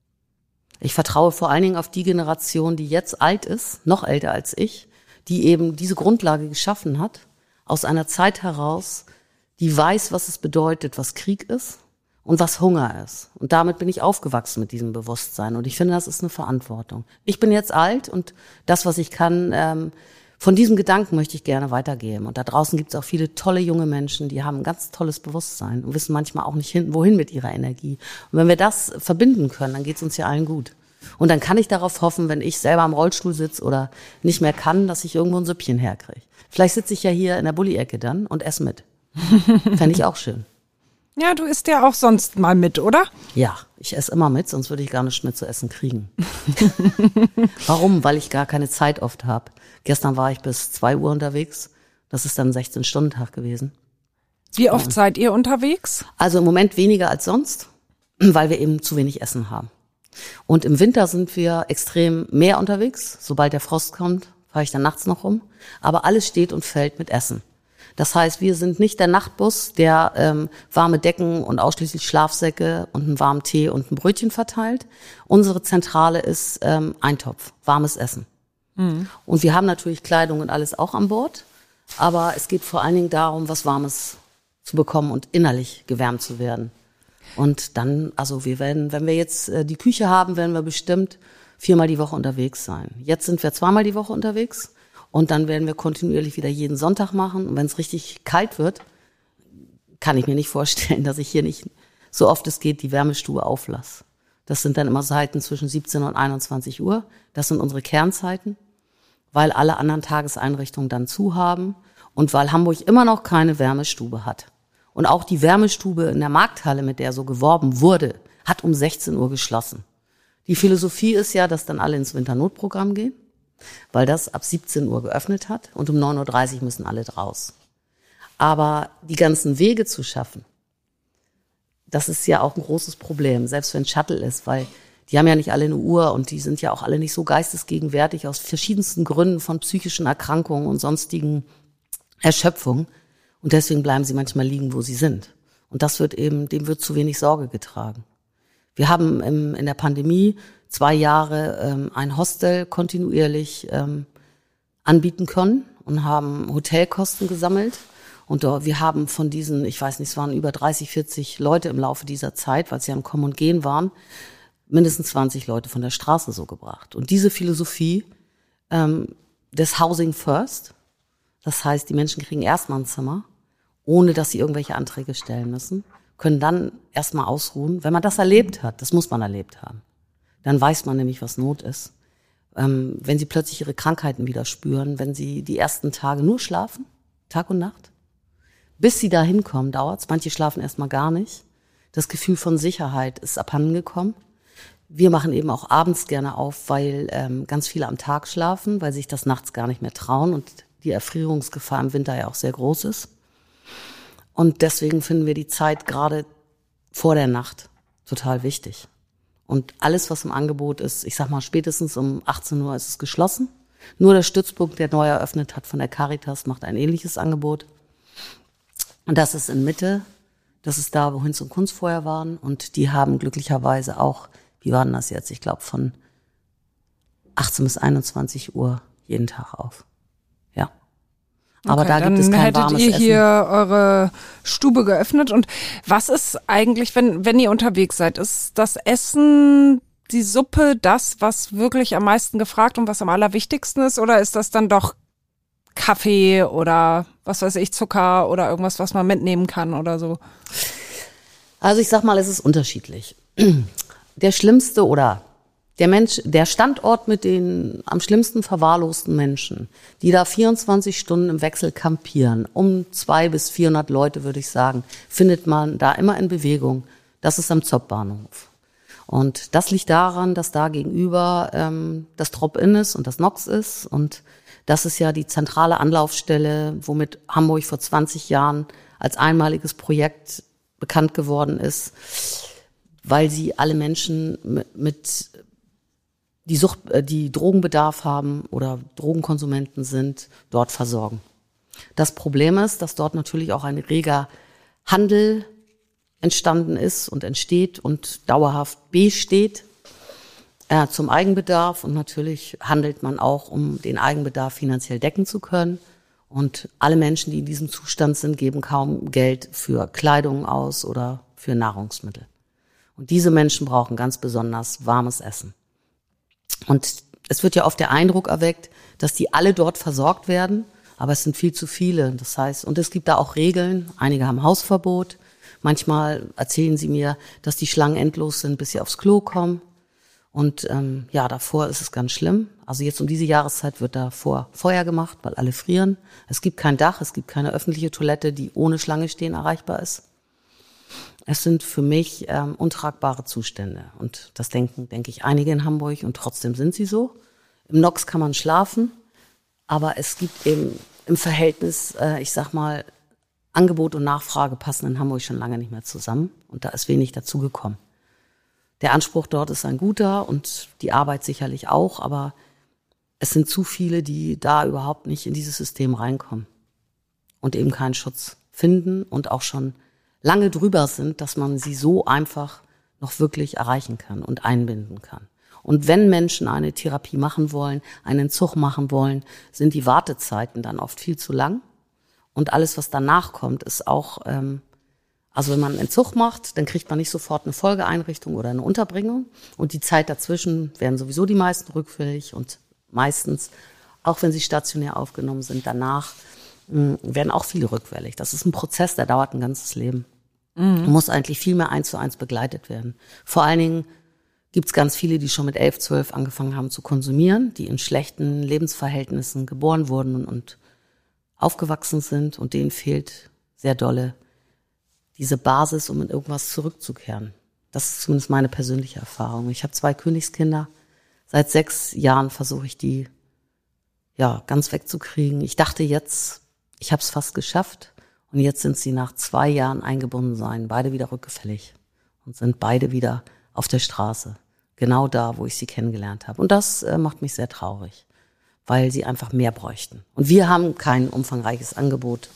S1: Ich vertraue vor allen Dingen auf die Generation, die jetzt alt ist, noch älter als ich, die eben diese Grundlage geschaffen hat, aus einer Zeit heraus, die weiß, was es bedeutet, was Krieg ist und was Hunger ist. Und damit bin ich aufgewachsen mit diesem Bewusstsein. Und ich finde, das ist eine Verantwortung. Ich bin jetzt alt und das, was ich kann, von diesem Gedanken möchte ich gerne weitergeben. Und da draußen gibt es auch viele tolle junge Menschen, die haben ein ganz tolles Bewusstsein und wissen manchmal auch nicht wohin mit ihrer Energie. Und wenn wir das verbinden können, dann geht es uns ja allen gut. Und dann kann ich darauf hoffen, wenn ich selber im Rollstuhl sitze oder nicht mehr kann, dass ich irgendwo ein Süppchen herkriege. Vielleicht sitze ich ja hier in der Bulli-Ecke dann und esse mit. Fände ich auch schön.
S3: Ja, du isst ja auch sonst mal mit, oder?
S1: Ja, ich esse immer mit, sonst würde ich gar nichts mehr zu essen kriegen. Warum? Weil ich gar keine Zeit oft habe. Gestern war ich bis 2 Uhr unterwegs. Das ist dann ein 16-Stunden-Tag gewesen.
S3: Wie oft seid ihr unterwegs?
S1: Also im Moment weniger als sonst, weil wir eben zu wenig Essen haben. Und im Winter sind wir extrem mehr unterwegs. Sobald der Frost kommt, fahre ich dann nachts noch rum. Aber alles steht und fällt mit Essen. Das heißt, wir sind nicht der Nachtbus, der warme Decken und ausschließlich Schlafsäcke und einen warmen Tee und ein Brötchen verteilt. Unsere Zentrale ist Eintopf, warmes Essen. Mhm. Und wir haben natürlich Kleidung und alles auch an Bord. Aber es geht vor allen Dingen darum, was Warmes zu bekommen und innerlich gewärmt zu werden. Und dann, also wir werden, wenn wir jetzt die Küche haben, werden wir bestimmt 4-mal die Woche unterwegs sein. Jetzt sind wir 2-mal die Woche unterwegs und dann werden wir kontinuierlich wieder jeden Sonntag machen. Und wenn es richtig kalt wird, kann ich mir nicht vorstellen, dass ich hier nicht so oft es geht die Wärmestube auflasse. Das sind dann immer Zeiten zwischen 17 und 21 Uhr. Das sind unsere Kernzeiten, weil alle anderen Tageseinrichtungen dann zu haben und weil Hamburg immer noch keine Wärmestube hat. Und auch die Wärmestube in der Markthalle, mit der so geworben wurde, hat um 16 Uhr geschlossen. Die Philosophie ist ja, dass dann alle ins Winternotprogramm gehen, weil das ab 17 Uhr geöffnet hat und um 9.30 Uhr müssen alle draus. Aber die ganzen Wege zu schaffen, das ist ja auch ein großes Problem, selbst wenn Shuttle ist, weil die haben ja nicht alle eine Uhr und die sind ja auch alle nicht so geistesgegenwärtig aus verschiedensten Gründen von psychischen Erkrankungen und sonstigen Erschöpfungen. Und deswegen bleiben sie manchmal liegen, wo sie sind. Und das wird eben, dem wird zu wenig Sorge getragen. Wir haben in der Pandemie 2 Jahre ein Hostel kontinuierlich anbieten können und haben Hotelkosten gesammelt. Und wir haben von diesen, ich weiß nicht, es waren über 30, 40 Leute im Laufe dieser Zeit, weil sie am Kommen und Gehen waren, mindestens 20 Leute von der Straße so gebracht. Und diese Philosophie des Housing First, das heißt, die Menschen kriegen erstmal ein Zimmer, ohne dass sie irgendwelche Anträge stellen müssen, können dann erstmal ausruhen. Wenn man das erlebt hat, das muss man erlebt haben, dann weiß man nämlich, was Not ist. Wenn sie plötzlich ihre Krankheiten wieder spüren, wenn sie die ersten Tage nur schlafen, Tag und Nacht, bis sie da hinkommen, dauert's. Manche schlafen erstmal gar nicht. Das Gefühl von Sicherheit ist abhandengekommen. Wir machen eben auch abends gerne auf, weil ganz viele am Tag schlafen, weil sich das nachts gar nicht mehr trauen und die Erfrierungsgefahr im Winter ja auch sehr groß ist. Und deswegen finden wir die Zeit gerade vor der Nacht total wichtig. Und alles, was im Angebot ist, ich sag mal, spätestens um 18 Uhr ist es geschlossen. Nur der Stützpunkt, der neu eröffnet hat von der Caritas, macht ein ähnliches Angebot. Und das ist in Mitte, das ist da, wo Hinz und Kunst vorher waren. Und die haben glücklicherweise auch, wie war denn das jetzt? Ich glaube von 18 bis 21 Uhr jeden Tag auf. Ja. Aber
S3: okay,
S1: da gibt es kein warmes Essen. Dann
S3: hättet ihr hier eure Stube geöffnet. Und was ist eigentlich, wenn ihr unterwegs seid, ist das Essen, die Suppe, das, was wirklich am meisten gefragt und was am allerwichtigsten ist? Oder ist das dann doch Kaffee oder was weiß ich, Zucker oder irgendwas, was man mitnehmen kann oder so?
S1: Also ich sag mal, es ist unterschiedlich. Der schlimmste oder der Standort mit den am schlimmsten verwahrlosten Menschen, die da 24 Stunden im Wechsel kampieren, um 200 bis 400 Leute, würde ich sagen, findet man da immer in Bewegung. Das ist am Zopp-Bahnhof. Und das liegt daran, dass da gegenüber das Drop-In ist und das Nox ist. Und das ist ja die zentrale Anlaufstelle, womit Hamburg vor 20 Jahren als einmaliges Projekt bekannt geworden ist, weil sie alle Menschen mit die Drogenbedarf haben oder Drogenkonsumenten sind, dort versorgen. Das Problem ist, dass dort natürlich auch ein reger Handel entstanden ist und entsteht und dauerhaft besteht zum Eigenbedarf. Und natürlich handelt man auch, um den Eigenbedarf finanziell decken zu können. Und alle Menschen, die in diesem Zustand sind, geben kaum Geld für Kleidung aus oder für Nahrungsmittel. Und diese Menschen brauchen ganz besonders warmes Essen. Und es wird ja oft der Eindruck erweckt, dass die alle dort versorgt werden, aber es sind viel zu viele. Das heißt, und es gibt da auch Regeln. Einige haben Hausverbot. Manchmal erzählen sie mir, dass die Schlangen endlos sind, bis sie aufs Klo kommen. Und davor ist es ganz schlimm. Also jetzt um diese Jahreszeit wird davor Feuer gemacht, weil alle frieren. Es gibt kein Dach, es gibt keine öffentliche Toilette, die ohne Schlange stehen erreichbar ist. Es sind für mich untragbare Zustände. Und das denke ich, einige in Hamburg. Und trotzdem sind sie so. Im Nox kann man schlafen. Aber es gibt eben im Verhältnis, Angebot und Nachfrage passen in Hamburg schon lange nicht mehr zusammen und da ist wenig dazugekommen. Der Anspruch dort ist ein guter und die Arbeit sicherlich auch, aber es sind zu viele, die da überhaupt nicht in dieses System reinkommen und eben keinen Schutz finden und auch schon lange drüber sind, dass man sie so einfach noch wirklich erreichen kann und einbinden kann. Und wenn Menschen eine Therapie machen wollen, einen Entzug machen wollen, sind die Wartezeiten dann oft viel zu lang. Und alles, was danach kommt, ist auch, also wenn man einen Entzug macht, dann kriegt man nicht sofort eine Folgeeinrichtung oder eine Unterbringung. Und die Zeit dazwischen werden sowieso die meisten rückfällig und meistens, auch wenn sie stationär aufgenommen sind, danach werden auch viele rückfällig. Das ist ein Prozess, der dauert ein ganzes Leben. Muss eigentlich viel mehr 1:1 begleitet werden. Vor allen Dingen gibt es ganz viele, die schon mit 11, 12 angefangen haben zu konsumieren, die in schlechten Lebensverhältnissen geboren wurden und aufgewachsen sind und denen fehlt sehr dolle diese Basis, um in irgendwas zurückzukehren. Das ist zumindest meine persönliche Erfahrung. Ich habe 2 Königskinder. Seit 6 Jahren versuche ich die ganz wegzukriegen. Ich dachte jetzt, ich habe es fast geschafft und jetzt sind sie nach 2 Jahren eingebunden sein, beide wieder rückgefällig und sind beide wieder auf der Straße. Genau da, wo ich sie kennengelernt habe. Und das macht mich sehr traurig, weil sie einfach mehr bräuchten. Und wir haben kein umfangreiches Angebot.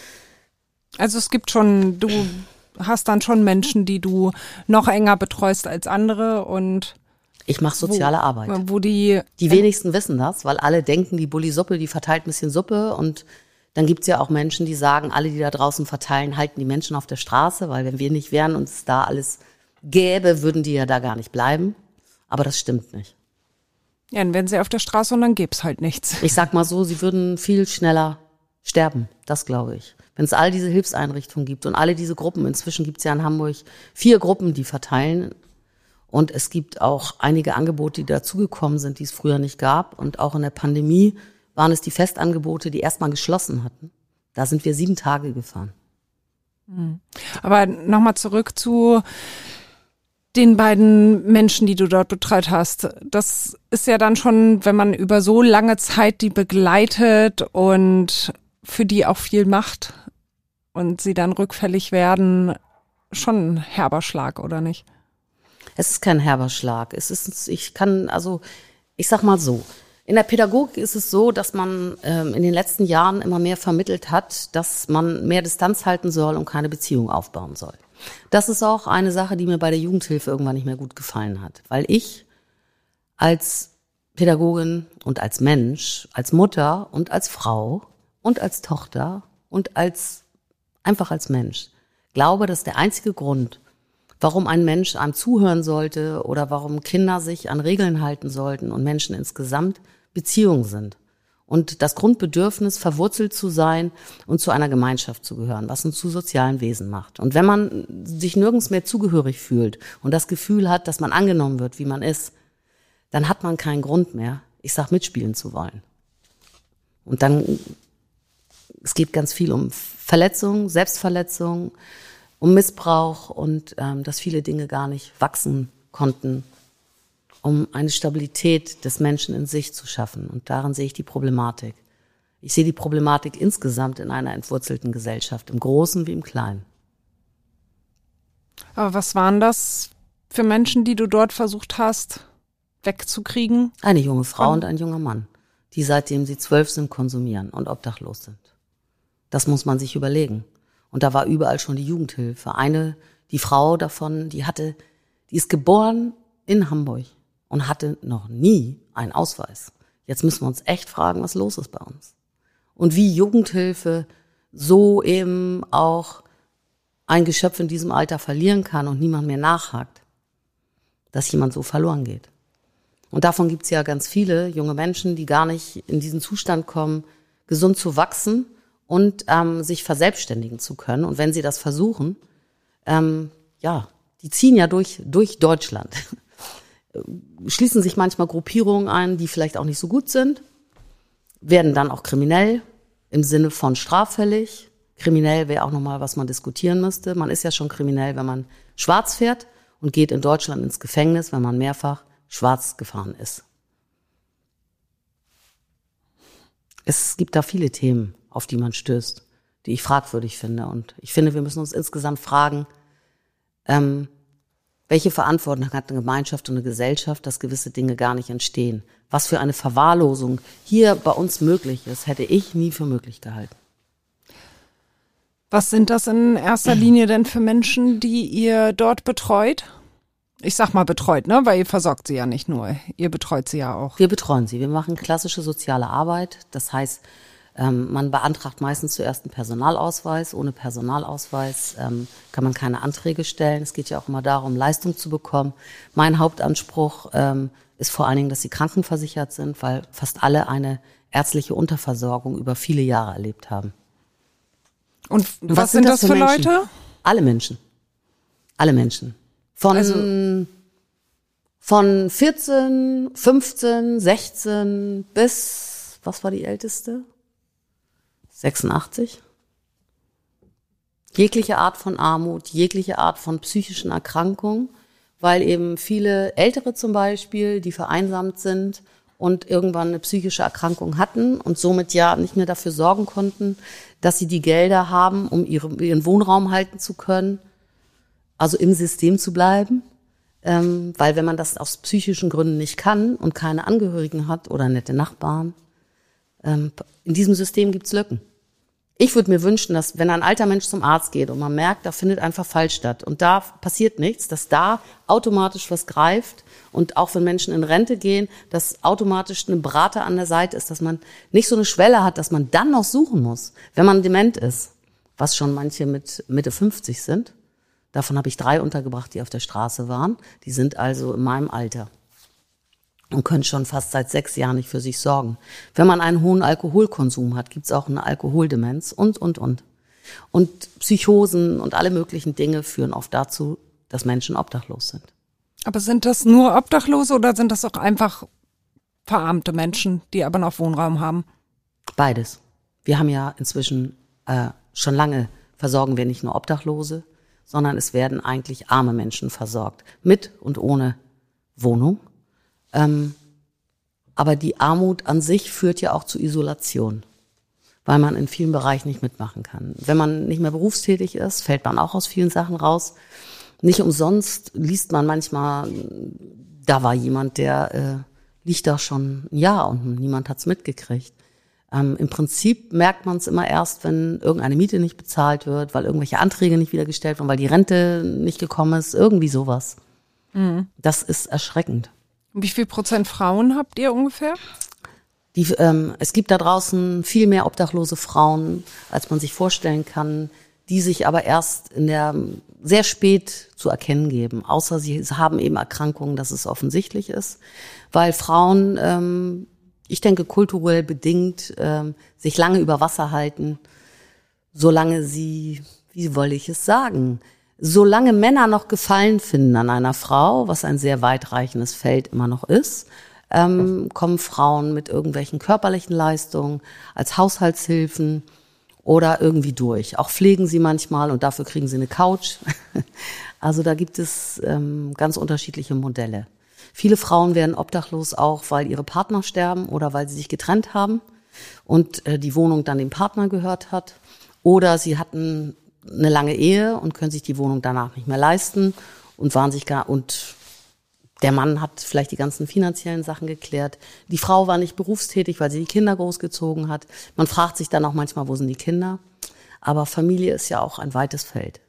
S3: Also es gibt schon, du hast dann schon Menschen, die du noch enger betreust als andere und
S1: ich mache soziale Arbeit.
S3: Wo die
S1: wenigsten wissen das, weil alle denken, die Bulli-Suppe, die verteilt ein bisschen Suppe und dann gibt's ja auch Menschen, die sagen, alle, die da draußen verteilen, halten die Menschen auf der Straße, weil wenn wir nicht wären und es da alles gäbe, würden die ja da gar nicht bleiben. Aber das stimmt nicht.
S3: Ja, dann wären sie auf der Straße und dann gäb's halt nichts.
S1: Ich sag mal so, sie würden viel schneller sterben, das glaube ich. Wenn es all diese Hilfseinrichtungen gibt und alle diese Gruppen, inzwischen gibt's ja in Hamburg 4 Gruppen, die verteilen. Und es gibt auch einige Angebote, die dazugekommen sind, die es früher nicht gab. Und auch in der Pandemie waren es die Festangebote, die erstmal geschlossen hatten. Da sind wir 7 Tage gefahren.
S3: Aber nochmal zurück zu den beiden Menschen, die du dort betreut hast. Das ist ja dann schon, wenn man über so lange Zeit die begleitet und für die auch viel macht und sie dann rückfällig werden, schon ein herber Schlag, oder nicht?
S1: Es ist kein herber Schlag. Ich sag mal so, in der Pädagogik ist es so, dass man in den letzten Jahren immer mehr vermittelt hat, dass man mehr Distanz halten soll und keine Beziehung aufbauen soll. Das ist auch eine Sache, die mir bei der Jugendhilfe irgendwann nicht mehr gut gefallen hat, weil ich als Pädagogin und als Mensch, als Mutter und als Frau und als Tochter und einfach als Mensch glaube, dass der einzige Grund, warum ein Mensch einem zuhören sollte oder warum Kinder sich an Regeln halten sollten und Menschen insgesamt Beziehungen sind. Und das Grundbedürfnis, verwurzelt zu sein und zu einer Gemeinschaft zu gehören, was uns zu sozialen Wesen macht. Und wenn man sich nirgends mehr zugehörig fühlt und das Gefühl hat, dass man angenommen wird, wie man ist, dann hat man keinen Grund mehr, mitspielen zu wollen. Und dann, es geht ganz viel um Verletzung, Selbstverletzung, um Missbrauch und dass viele Dinge gar nicht wachsen konnten, um eine Stabilität des Menschen in sich zu schaffen. Und darin sehe ich die Problematik. Ich sehe die Problematik insgesamt in einer entwurzelten Gesellschaft, im Großen wie im Kleinen.
S3: Aber was waren das für Menschen, die du dort versucht hast, wegzukriegen?
S1: Eine junge Frau und ein junger Mann, die seitdem sie 12 sind, konsumieren und obdachlos sind. Das muss man sich überlegen. Und da war überall schon die Jugendhilfe. Die Frau davon, die ist geboren in Hamburg und hatte noch nie einen Ausweis. Jetzt müssen wir uns echt fragen, was los ist bei uns. Und wie Jugendhilfe so eben auch ein Geschöpf in diesem Alter verlieren kann und niemand mehr nachhakt, dass jemand so verloren geht. Und davon gibt's ja ganz viele junge Menschen, die gar nicht in diesen Zustand kommen, gesund zu wachsen und sich verselbstständigen zu können. Und wenn sie das versuchen, die ziehen ja durch Deutschland. Schließen sich manchmal Gruppierungen ein, die vielleicht auch nicht so gut sind, werden dann auch kriminell im Sinne von straffällig. Kriminell wäre auch nochmal, was man diskutieren müsste. Man ist ja schon kriminell, wenn man schwarz fährt und geht in Deutschland ins Gefängnis, wenn man mehrfach schwarz gefahren ist. Es gibt da viele Themen, auf die man stößt, die ich fragwürdig finde. Und ich finde, wir müssen uns insgesamt fragen, welche Verantwortung hat eine Gemeinschaft und eine Gesellschaft, dass gewisse Dinge gar nicht entstehen. Was für eine Verwahrlosung hier bei uns möglich ist, hätte ich nie für möglich gehalten.
S3: Was sind das in erster Linie denn für Menschen, die ihr dort betreut? Ich sag mal betreut, ne? Weil ihr versorgt sie ja nicht nur, ihr betreut sie ja auch.
S1: Wir betreuen sie. Wir machen klassische soziale Arbeit. Das heißt, man beantragt meistens zuerst einen Personalausweis. Ohne Personalausweis kann man keine Anträge stellen. Es geht ja auch immer darum, Leistung zu bekommen. Mein Hauptanspruch ist vor allen Dingen, dass sie krankenversichert sind, weil fast alle eine ärztliche Unterversorgung über viele Jahre erlebt haben.
S3: Und was sind das für Leute?
S1: Alle Menschen. Alle Menschen. Von 14, 15, 16 bis, was war die älteste? 86. Jegliche Art von Armut, jegliche Art von psychischen Erkrankungen, weil eben viele Ältere zum Beispiel, die vereinsamt sind und irgendwann eine psychische Erkrankung hatten und somit ja nicht mehr dafür sorgen konnten, dass sie die Gelder haben, um ihren Wohnraum halten zu können, also im System zu bleiben. Weil wenn man das aus psychischen Gründen nicht kann und keine Angehörigen hat oder nette Nachbarn, in diesem System gibt's Lücken. Ich würde mir wünschen, dass wenn ein alter Mensch zum Arzt geht und man merkt, da findet ein Verfall statt und da passiert nichts, dass da automatisch was greift und auch wenn Menschen in Rente gehen, dass automatisch ein Berater an der Seite ist, dass man nicht so eine Schwelle hat, dass man dann noch suchen muss, wenn man dement ist, was schon manche mit Mitte 50 sind. Davon habe ich 3 untergebracht, die auf der Straße waren. Die sind also in meinem Alter und können schon fast seit 6 Jahren nicht für sich sorgen. Wenn man einen hohen Alkoholkonsum hat, gibt's auch eine Alkoholdemenz und. Und Psychosen und alle möglichen Dinge führen oft dazu, dass Menschen obdachlos sind.
S3: Aber sind das nur Obdachlose oder sind das auch einfach verarmte Menschen, die aber noch Wohnraum haben?
S1: Beides. Wir haben ja inzwischen schon lange versorgen wir nicht nur Obdachlose, sondern es werden eigentlich arme Menschen versorgt, mit und ohne Wohnung. Aber die Armut an sich führt ja auch zu Isolation, weil man in vielen Bereichen nicht mitmachen kann. Wenn man nicht mehr berufstätig ist, fällt man auch aus vielen Sachen raus. Nicht umsonst liest man manchmal, da war jemand, der liegt da schon ein Jahr und niemand hat's mitgekriegt. Im Prinzip merkt man es immer erst, wenn irgendeine Miete nicht bezahlt wird, weil irgendwelche Anträge nicht wieder gestellt werden, weil die Rente nicht gekommen ist, irgendwie sowas. Mhm. Das ist erschreckend.
S3: Wie viel % Frauen habt ihr ungefähr?
S1: Es gibt da draußen viel mehr obdachlose Frauen, als man sich vorstellen kann, die sich aber erst sehr spät zu erkennen geben, außer sie haben eben Erkrankungen, dass es offensichtlich ist, weil Frauen, ich denke kulturell bedingt, sich lange über Wasser halten, solange sie, wie soll ich es sagen, solange Männer noch Gefallen finden an einer Frau, was ein sehr weitreichendes Feld immer noch ist, kommen Frauen mit irgendwelchen körperlichen Leistungen als Haushaltshilfen oder irgendwie durch. Auch pflegen sie manchmal und dafür kriegen sie eine Couch. Also da gibt es ganz unterschiedliche Modelle. Viele Frauen werden obdachlos auch, weil ihre Partner sterben oder weil sie sich getrennt haben und die Wohnung dann dem Partner gehört hat. Oder sie hatten eine lange Ehe und können sich die Wohnung danach nicht mehr leisten und und der Mann hat vielleicht die ganzen finanziellen Sachen geklärt. Die Frau war nicht berufstätig, weil sie die Kinder großgezogen hat. Man fragt sich dann auch manchmal, wo sind die Kinder? Aber Familie ist ja auch ein weites Feld.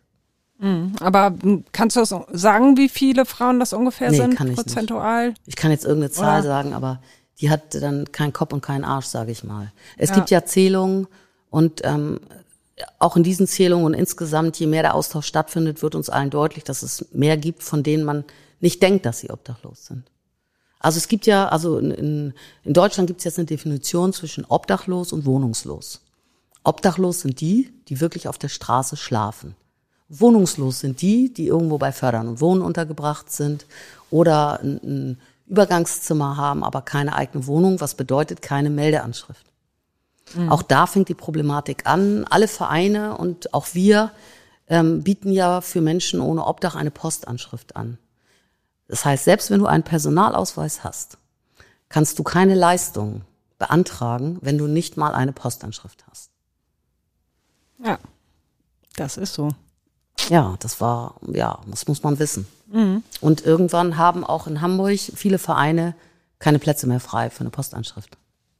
S3: Aber kannst du sagen, wie viele Frauen das ungefähr sind,
S1: kann ich
S3: prozentual?
S1: Nicht. Ich kann jetzt irgendeine Zahl sagen, aber die hat dann keinen Kopf und keinen Arsch, sage ich mal. Es gibt ja Zählungen und auch in diesen Zählungen und insgesamt, je mehr der Austausch stattfindet, wird uns allen deutlich, dass es mehr gibt, von denen man nicht denkt, dass sie obdachlos sind. Also es gibt ja, in Deutschland gibt es jetzt eine Definition zwischen obdachlos und wohnungslos. Obdachlos sind die wirklich auf der Straße schlafen. Wohnungslos sind die irgendwo bei Fördern und Wohnen untergebracht sind oder ein Übergangszimmer haben, aber keine eigene Wohnung, was bedeutet keine Meldeanschrift. Mhm. Auch da fängt die Problematik an. Alle Vereine und auch wir bieten ja für Menschen ohne Obdach eine Postanschrift an. Das heißt, selbst wenn du einen Personalausweis hast, kannst du keine Leistung beantragen, wenn du nicht mal eine Postanschrift hast.
S3: Ja, das ist so.
S1: Ja, das muss man wissen. Und irgendwann haben auch in Hamburg viele Vereine keine Plätze mehr frei für eine Postanschrift.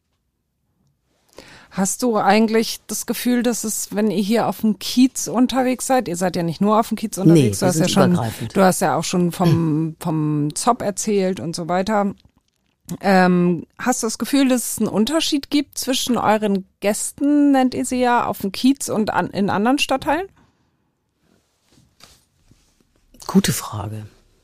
S3: Hast du eigentlich das Gefühl, dass es, wenn ihr hier auf dem Kiez unterwegs seid, ihr seid ja nicht nur auf dem Kiez unterwegs,
S1: Nee,
S3: du hast ja auch schon vom Zopp erzählt und so weiter. Hast du das Gefühl, dass es einen Unterschied gibt zwischen euren Gästen, nennt ihr sie ja, auf dem Kiez und in anderen Stadtteilen?
S1: Gute Frage.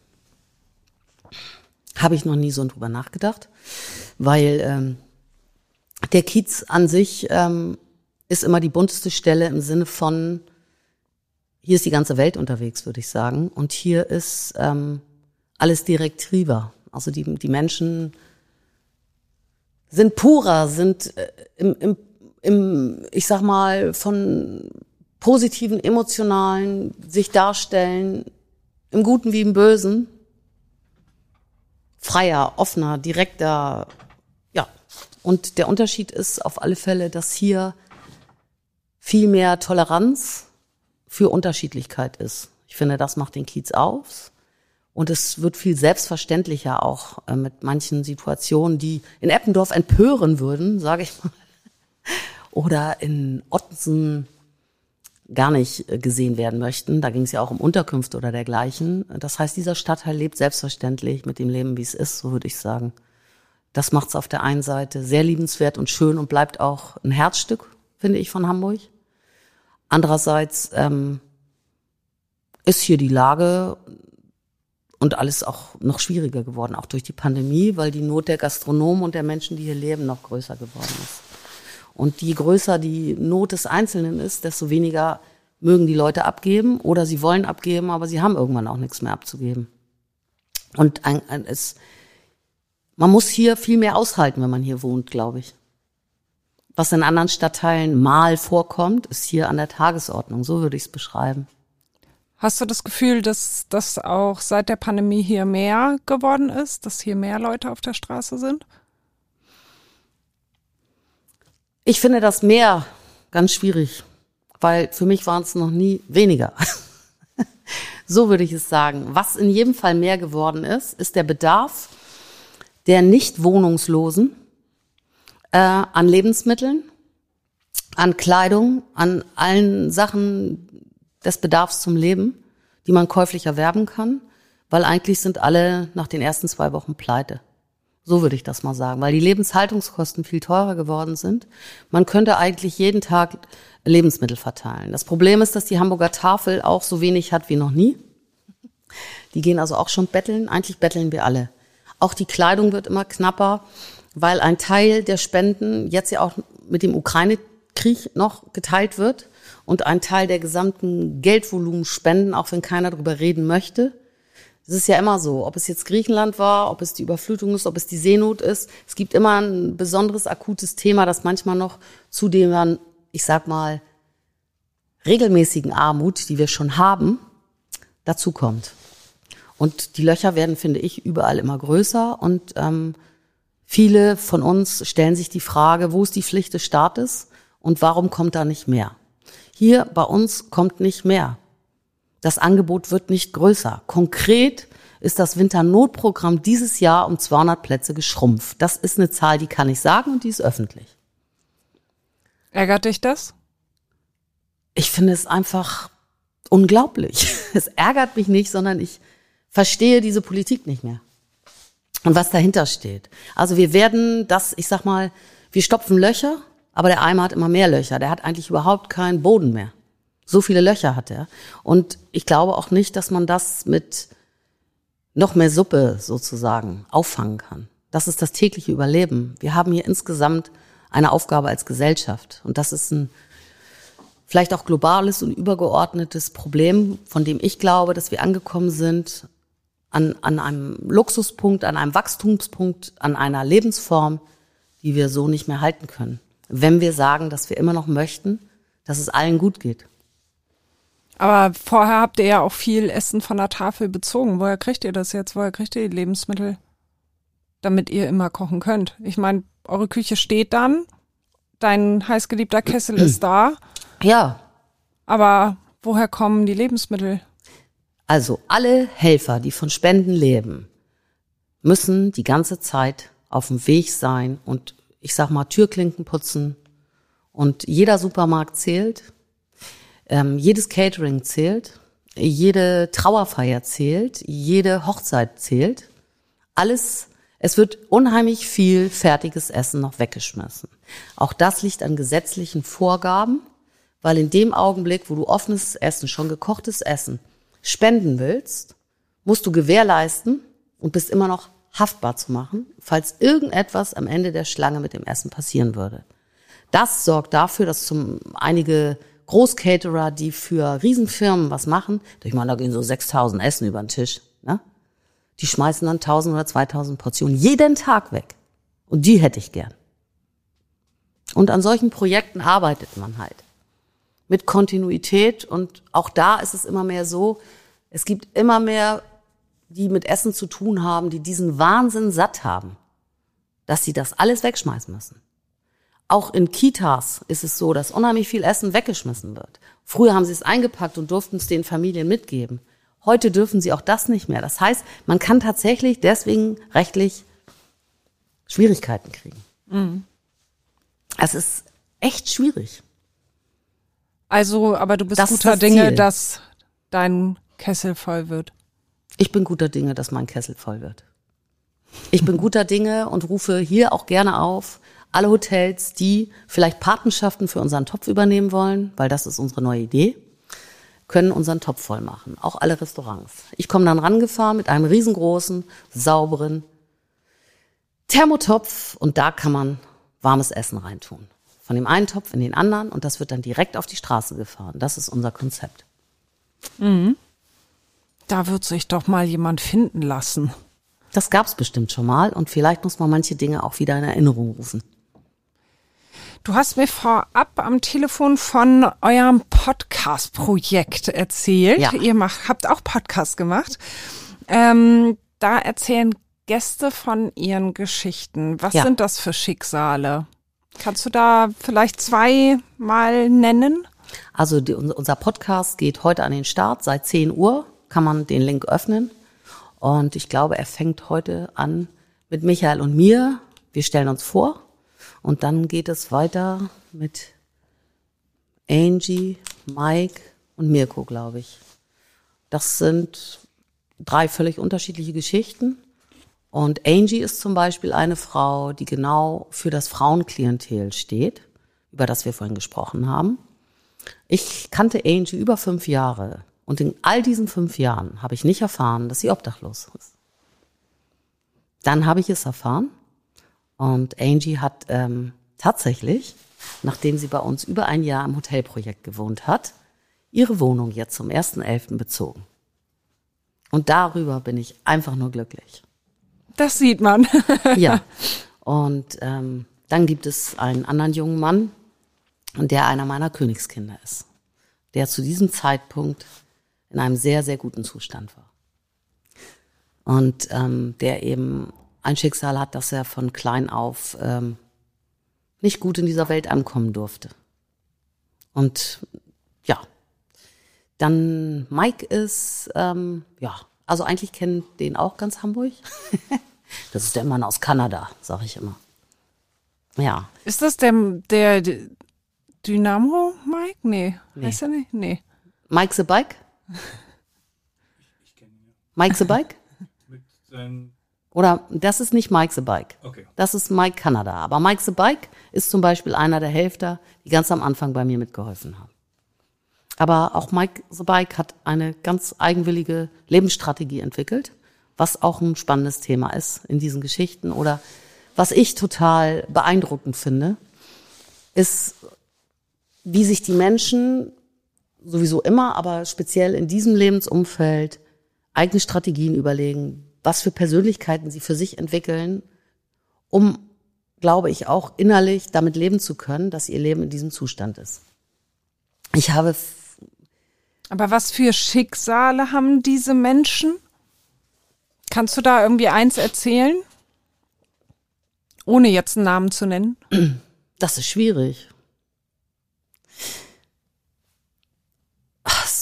S1: Habe ich noch nie so drüber nachgedacht, weil der Kiez an sich ist immer die bunteste Stelle im Sinne von, hier ist die ganze Welt unterwegs, würde ich sagen. Und hier ist alles direkt drüber. Also die Menschen sind purer, sind ich sag mal, von positiven, emotionalen sich darstellen, im Guten wie im Bösen, freier, offener, direkter, ja. Und der Unterschied ist auf alle Fälle, dass hier viel mehr Toleranz für Unterschiedlichkeit ist. Ich finde, das macht den Kiez aus. Und es wird viel selbstverständlicher auch mit manchen Situationen, die in Eppendorf empören würden, sage ich mal, oder in Ottensen gar nicht gesehen werden möchten. Da ging es ja auch um Unterkünfte oder dergleichen. Das heißt, dieser Stadtteil lebt selbstverständlich mit dem Leben, wie es ist, so würde ich sagen. Das macht es auf der einen Seite sehr liebenswert und schön und bleibt auch ein Herzstück, finde ich, von Hamburg. Andererseits ist hier die Lage und alles auch noch schwieriger geworden, auch durch die Pandemie, weil die Not der Gastronomen und der Menschen, die hier leben, noch größer geworden ist. Und je größer die Not des Einzelnen ist, desto weniger mögen die Leute abgeben oder sie wollen abgeben, aber sie haben irgendwann auch nichts mehr abzugeben. Und man muss hier viel mehr aushalten, wenn man hier wohnt, glaube ich. Was in anderen Stadtteilen mal vorkommt, ist hier an der Tagesordnung. So würde ich es beschreiben.
S3: Hast du das Gefühl, dass das auch seit der Pandemie hier mehr geworden ist, dass hier mehr Leute auf der Straße sind?
S1: Ich finde das mehr ganz schwierig, weil für mich waren es noch nie weniger. So würde ich es sagen. Was in jedem Fall mehr geworden ist der Bedarf der Nicht-Wohnungslosen an Lebensmitteln, an Kleidung, an allen Sachen des Bedarfs zum Leben, die man käuflich erwerben kann, weil eigentlich sind alle nach den ersten 2 Wochen pleite. So würde ich das mal sagen, weil die Lebenshaltungskosten viel teurer geworden sind. Man könnte eigentlich jeden Tag Lebensmittel verteilen. Das Problem ist, dass die Hamburger Tafel auch so wenig hat wie noch nie. Die gehen also auch schon betteln. Eigentlich betteln wir alle. Auch die Kleidung wird immer knapper, weil ein Teil der Spenden jetzt ja auch mit dem Ukraine-Krieg noch geteilt wird und ein Teil der gesamten Geldvolumen spenden, auch wenn keiner darüber reden möchte. Es ist ja immer so, ob es jetzt Griechenland war, ob es die Überflutung ist, ob es die Seenot ist. Es gibt immer ein besonderes, akutes Thema, das manchmal noch zu dem, ich sag mal, regelmäßigen Armut, die wir schon haben, dazu kommt. Und die Löcher werden, finde ich, überall immer größer. Und viele von uns stellen sich die Frage, wo ist die Pflicht des Staates und warum kommt da nicht mehr? Hier bei uns kommt nicht mehr. Das Angebot wird nicht größer. Konkret ist das Winternotprogramm dieses Jahr um 200 Plätze geschrumpft. Das ist eine Zahl, die kann ich sagen und die ist öffentlich.
S3: Ärgert dich das?
S1: Ich finde es einfach unglaublich. Es ärgert mich nicht, sondern ich verstehe diese Politik nicht mehr. Und was dahinter steht. Also wir werden wir stopfen Löcher, aber der Eimer hat immer mehr Löcher. Der hat eigentlich überhaupt keinen Boden mehr. So viele Löcher hat er. Und ich glaube auch nicht, dass man das mit noch mehr Suppe sozusagen auffangen kann. Das ist das tägliche Überleben. Wir haben hier insgesamt eine Aufgabe als Gesellschaft. Und das ist ein vielleicht auch globales und übergeordnetes Problem, von dem ich glaube, dass wir angekommen sind an einem Luxuspunkt, an einem Wachstumspunkt, an einer Lebensform, die wir so nicht mehr halten können. Wenn wir sagen, dass wir immer noch möchten, dass es allen gut geht.
S3: Aber vorher habt ihr ja auch viel Essen von der Tafel bezogen. Woher kriegt ihr das jetzt? Woher kriegt ihr die Lebensmittel, damit ihr immer kochen könnt? Ich meine, eure Küche steht dann, dein heißgeliebter Kessel ist da.
S1: Ja,
S3: Aber woher kommen die Lebensmittel?
S1: Also alle Helfer, die von Spenden leben, müssen die ganze Zeit auf dem Weg sein und ich sag mal Türklinken putzen und jeder Supermarkt zählt, jedes Catering zählt, jede Trauerfeier zählt, jede Hochzeit zählt. Alles, es wird unheimlich viel fertiges Essen noch weggeschmissen. Auch das liegt an gesetzlichen Vorgaben, weil in dem Augenblick, wo du offenes Essen, schon gekochtes Essen spenden willst, musst du gewährleisten und bist immer noch haftbar zu machen, falls irgendetwas am Ende der Schlange mit dem Essen passieren würde. Das sorgt dafür, dass einige Großcaterer, die für Riesenfirmen was machen, ich meine, da gehen so 6.000 Essen über den Tisch, ne? Die schmeißen dann 1.000 oder 2.000 Portionen jeden Tag weg. Und die hätte ich gern. Und an solchen Projekten arbeitet man halt. Mit Kontinuität und auch da ist es immer mehr so, es gibt immer mehr, die mit Essen zu tun haben, die diesen Wahnsinn satt haben, dass sie das alles wegschmeißen müssen. Auch in Kitas ist es so, dass unheimlich viel Essen weggeschmissen wird. Früher haben sie es eingepackt und durften es den Familien mitgeben. Heute dürfen sie auch das nicht mehr. Das heißt, man kann tatsächlich deswegen rechtlich Schwierigkeiten kriegen. Mhm. Es ist echt schwierig.
S3: Also, aber du bist guter Dinge, dass dein Kessel voll wird.
S1: Ich bin guter Dinge, dass mein Kessel voll wird. Ich bin guter Dinge und rufe hier auch gerne auf, alle Hotels, die vielleicht Patenschaften für unseren Topf übernehmen wollen, weil das ist unsere neue Idee, können unseren Topf voll machen. Auch alle Restaurants. Ich komme dann rangefahren mit einem riesengroßen, sauberen Thermotopf und da kann man warmes Essen reintun. Von dem einen Topf in den anderen und das wird dann direkt auf die Straße gefahren. Das ist unser Konzept.
S3: Mhm. Da wird sich doch mal jemand finden lassen.
S1: Das gab's bestimmt schon mal und vielleicht muss man manche Dinge auch wieder in Erinnerung rufen.
S3: Du hast mir vorab am Telefon von eurem Podcast-Projekt erzählt. Ja. Ihr habt auch Podcast gemacht. Da erzählen Gäste von ihren Geschichten. Was sind das für Schicksale? Kannst du da vielleicht 2 mal nennen?
S1: Also unser Podcast geht heute an den Start. Seit 10 Uhr kann man den Link öffnen. Und ich glaube, er fängt heute an mit Michael und mir. Wir stellen uns vor. Und dann geht es weiter mit Angie, Mike und Mirko, glaube ich. Das sind 3 völlig unterschiedliche Geschichten. Und Angie ist zum Beispiel eine Frau, die genau für das Frauenklientel steht, über das wir vorhin gesprochen haben. Ich kannte Angie über 5 Jahre. Und in all diesen 5 Jahren habe ich nicht erfahren, dass sie obdachlos ist. Dann habe ich es erfahren. Und Angie hat tatsächlich, nachdem sie bei uns über ein Jahr im Hotelprojekt gewohnt hat, ihre Wohnung jetzt zum 1.11. bezogen. Und darüber bin ich einfach nur glücklich.
S3: Das sieht man.
S1: Ja. Und dann gibt es einen anderen jungen Mann, der einer meiner Königskinder ist, der zu diesem Zeitpunkt in einem sehr, sehr guten Zustand war. Und der eben ein Schicksal hat, dass er von klein auf nicht gut in dieser Welt ankommen durfte. Und ja, dann Mike ist, also eigentlich kennt den auch ganz Hamburg. Das ist der Mann aus Kanada, sag ich immer. Ja.
S3: Ist das der Dynamo Mike? Nee. Heißt er nicht? Nee.
S1: Mike the Bike?
S2: Ich kenne ihn.
S1: Mike the Bike?
S2: Mit seinen
S1: Oder das ist nicht Mike the Bike.
S2: Okay.
S1: Das ist Mike Kanada. Aber Mike the Bike ist zum Beispiel einer der Helfer, die ganz am Anfang bei mir mitgeholfen haben. Aber auch Mike the Bike hat eine ganz eigenwillige Lebensstrategie entwickelt, was auch ein spannendes Thema ist in diesen Geschichten. Oder was ich total beeindruckend finde, ist, wie sich die Menschen sowieso immer, aber speziell in diesem Lebensumfeld eigene Strategien überlegen, was für Persönlichkeiten sie für sich entwickeln, um, glaube ich, auch innerlich damit leben zu können, dass ihr Leben in diesem Zustand ist.
S3: Aber was für Schicksale haben diese Menschen? Kannst du da irgendwie eins erzählen? Ohne jetzt einen Namen zu nennen.
S1: Das ist schwierig.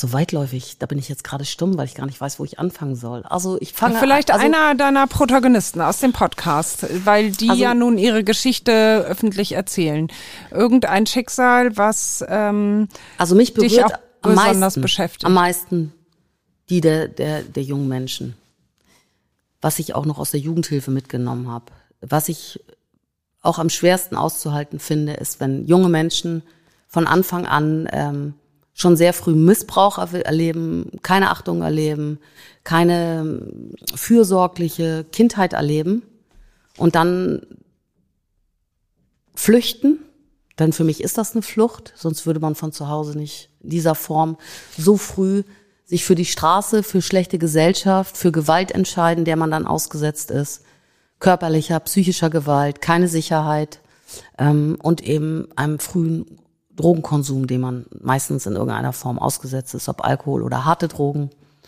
S1: so weitläufig, da bin ich jetzt gerade stumm, weil ich gar nicht weiß, wo ich anfangen soll. Also ich fange
S3: Vielleicht einer deiner Protagonisten aus dem Podcast, weil die ja nun ihre Geschichte öffentlich erzählen. Irgendein Schicksal, was
S1: also mich berührt
S3: dich auch besonders beschäftigt.
S1: Am meisten die der jungen Menschen. Was ich auch noch aus der Jugendhilfe mitgenommen habe. Was ich auch am schwersten auszuhalten finde, ist, wenn junge Menschen von Anfang an schon sehr früh Missbrauch erleben, keine Achtung erleben, keine fürsorgliche Kindheit erleben und dann flüchten. Denn für mich ist das eine Flucht, sonst würde man von zu Hause nicht in dieser Form so früh sich für die Straße, für schlechte Gesellschaft, für Gewalt entscheiden, der man dann ausgesetzt ist. Körperlicher, psychischer Gewalt, keine Sicherheit und eben einem frühen Drogenkonsum, dem man meistens in irgendeiner Form ausgesetzt ist, ob Alkohol oder harte Drogen.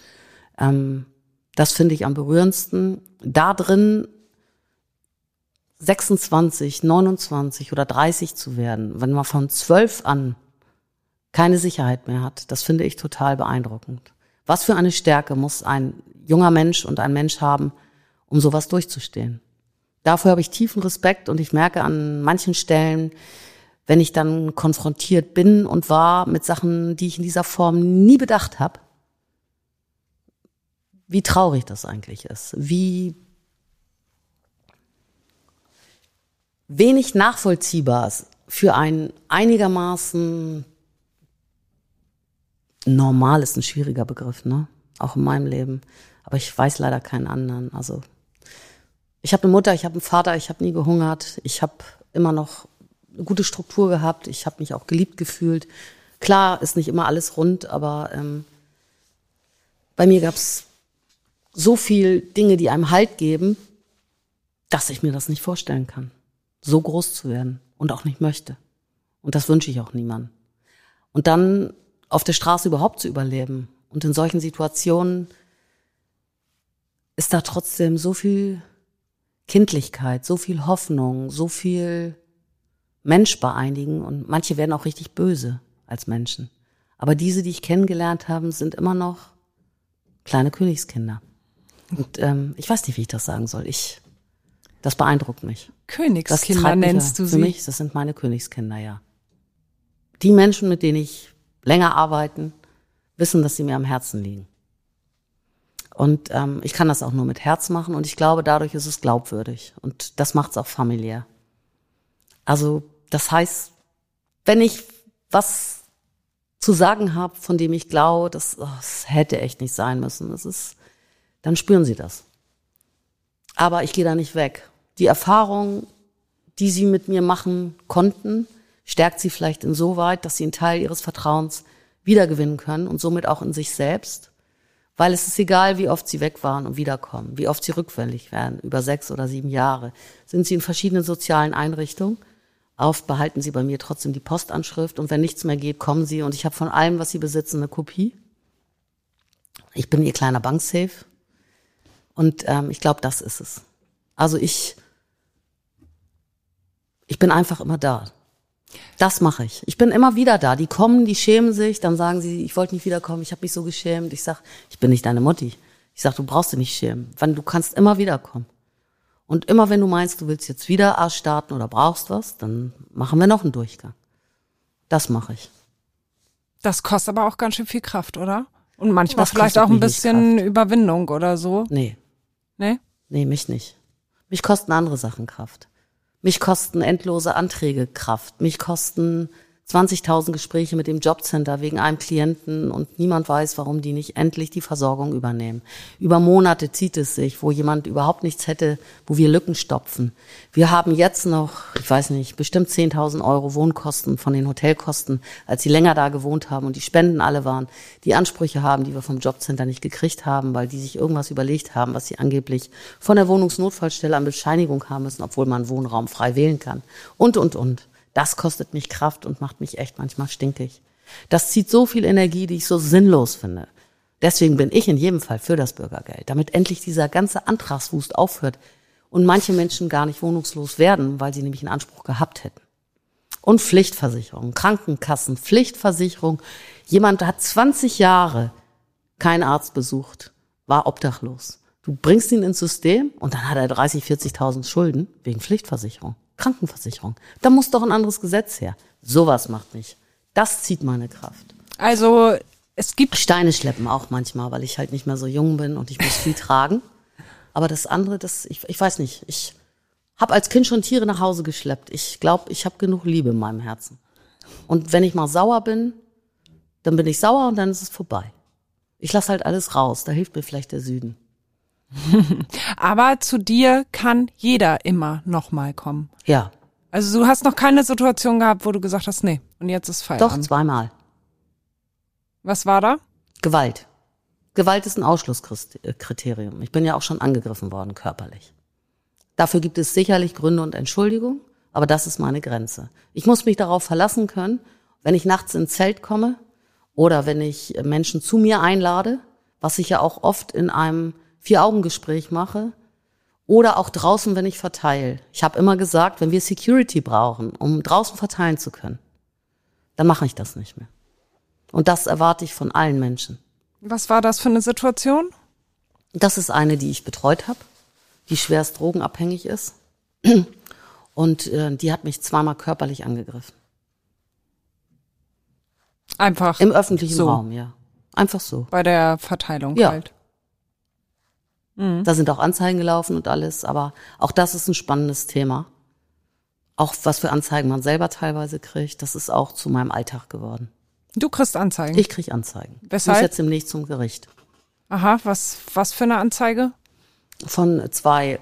S1: Das finde ich am berührendsten. Da drin 26, 29 oder 30 zu werden, wenn man von 12 an keine Sicherheit mehr hat, das finde ich total beeindruckend. Was für eine Stärke muss ein junger Mensch und ein Mensch haben, um sowas durchzustehen? Dafür habe ich tiefen Respekt und ich merke an manchen Stellen, wenn ich dann konfrontiert bin und war mit Sachen, die ich in dieser Form nie bedacht habe, wie traurig das eigentlich ist, wie wenig nachvollziehbar ist für ein einigermaßen normal ist ein schwieriger Begriff, ne? Auch in meinem Leben. Aber ich weiß leider keinen anderen. Also ich habe eine Mutter, ich habe einen Vater, ich habe nie gehungert, ich habe immer noch eine gute Struktur gehabt, ich habe mich auch geliebt gefühlt. Klar ist nicht immer alles rund, aber bei mir gab's so viel Dinge, die einem Halt geben, dass ich mir das nicht vorstellen kann, so groß zu werden und auch nicht möchte. Und das wünsche ich auch niemandem. Und dann auf der Straße überhaupt zu überleben und in solchen Situationen ist da trotzdem so viel Kindlichkeit, so viel Hoffnung, so viel Mensch bei einigen und manche werden auch richtig böse als Menschen. Aber diese, die ich kennengelernt habe, sind immer noch kleine Königskinder. Und ich weiß nicht, wie ich das sagen soll. Das beeindruckt mich.
S3: Königskinder nennst du sie?
S1: Für mich, das sind meine Königskinder, ja. Die Menschen, mit denen ich länger arbeite, wissen, dass sie mir am Herzen liegen. Und ich kann das auch nur mit Herz machen und ich glaube, dadurch ist es glaubwürdig. Und das macht es auch familiär. Also das heißt, wenn ich was zu sagen habe, von dem ich glaube, das hätte echt nicht sein müssen, dann spüren sie das. Aber ich gehe da nicht weg. Die Erfahrung, die sie mit mir machen konnten, stärkt sie vielleicht insoweit, dass sie einen Teil ihres Vertrauens wiedergewinnen können und somit auch in sich selbst. Weil es ist egal, wie oft sie weg waren und wiederkommen, wie oft sie rückfällig werden, über 6 oder 7 Jahre. Sind sie in verschiedenen sozialen Einrichtungen, oft behalten sie bei mir trotzdem die Postanschrift und wenn nichts mehr geht, kommen sie und ich habe von allem, was sie besitzen, eine Kopie. Ich bin ihr kleiner Banksafe und ich glaube, das ist es. Also ich bin einfach immer da. Das mache ich. Ich bin immer wieder da. Die kommen, die schämen sich, dann sagen sie, ich wollte nicht wiederkommen, ich habe mich so geschämt. Ich sag, ich bin nicht deine Mutti. Ich sag, du brauchst dich nicht schämen. Du kannst immer wiederkommen. Und immer wenn du meinst, du willst jetzt wieder starten oder brauchst was, dann machen wir noch einen Durchgang. Das mache ich.
S3: Das kostet aber auch ganz schön viel Kraft, oder? Und manchmal vielleicht auch ein bisschen Überwindung oder so.
S1: Nee.
S3: Nee?
S1: Nee, mich nicht. Mich kosten andere Sachen Kraft. Mich kosten endlose Anträge Kraft. Mich kosten 20.000 Gespräche mit dem Jobcenter wegen einem Klienten und niemand weiß, warum die nicht endlich die Versorgung übernehmen. Über Monate zieht es sich, wo jemand überhaupt nichts hätte, wo wir Lücken stopfen. Wir haben jetzt noch, ich weiß nicht, bestimmt 10.000 € Wohnkosten von den Hotelkosten, als sie länger da gewohnt haben und die Spenden alle waren, die Ansprüche haben, die wir vom Jobcenter nicht gekriegt haben, weil die sich irgendwas überlegt haben, was sie angeblich von der Wohnungsnotfallstelle an Bescheinigung haben müssen, obwohl man Wohnraum frei wählen kann. Und. Das kostet mich Kraft und macht mich echt manchmal stinkig. Das zieht so viel Energie, die ich so sinnlos finde. Deswegen bin ich in jedem Fall für das Bürgergeld, damit endlich dieser ganze Antragswust aufhört und manche Menschen gar nicht wohnungslos werden, weil sie nämlich einen Anspruch gehabt hätten. Und Pflichtversicherung, Krankenkassen, Pflichtversicherung. Jemand hat 20 Jahre keinen Arzt besucht, war obdachlos. Du bringst ihn ins System und dann hat er 30.000, 40.000 Schulden wegen Pflichtversicherung, Krankenversicherung. Da muss doch ein anderes Gesetz her. Sowas macht mich. Das zieht meine Kraft.
S3: Also es gibt
S1: Steine schleppen auch manchmal, weil ich halt nicht mehr so jung bin und ich muss viel tragen. Aber das andere, ich weiß nicht. Ich habe als Kind schon Tiere nach Hause geschleppt. Ich glaube, ich habe genug Liebe in meinem Herzen. Und wenn ich mal sauer bin, dann bin ich sauer und dann ist es vorbei. Ich lasse halt alles raus. Da hilft mir vielleicht der Süden.
S3: Aber zu dir kann jeder immer noch mal kommen.
S1: Ja.
S3: Also du hast noch keine Situation gehabt, wo du gesagt hast, nee, und jetzt ist Feierabend.
S1: Doch, 2-mal.
S3: Was war da?
S1: Gewalt. Gewalt ist ein Ausschlusskriterium. Ich bin ja auch schon angegriffen worden, körperlich. Dafür gibt es sicherlich Gründe und Entschuldigung, aber das ist meine Grenze. Ich muss mich darauf verlassen können, wenn ich nachts ins Zelt komme oder wenn ich Menschen zu mir einlade, was ich ja auch oft in einem 4-Augen-Gespräch mache, oder auch draußen, wenn ich verteile. Ich habe immer gesagt, wenn wir Security brauchen, um draußen verteilen zu können, dann mache ich das nicht mehr. Und das erwarte ich von allen Menschen.
S3: Was war das für eine Situation?
S1: Das ist eine, die ich betreut habe, die schwerst drogenabhängig ist. Und die hat mich 2-mal körperlich angegriffen.
S3: Einfach
S1: im öffentlichen
S3: so.
S1: Raum, ja. Einfach so.
S3: Bei der Verteilung
S1: Ja.
S3: halt.
S1: Da sind auch Anzeigen gelaufen und alles, aber auch das ist ein spannendes Thema. Auch was für Anzeigen man selber teilweise kriegt, das ist auch zu meinem Alltag geworden.
S3: Du kriegst Anzeigen?
S1: Ich kriege Anzeigen.
S3: Weshalb?
S1: Ich muss jetzt demnächst zum Gericht.
S3: Aha, was für eine Anzeige?
S1: Von 2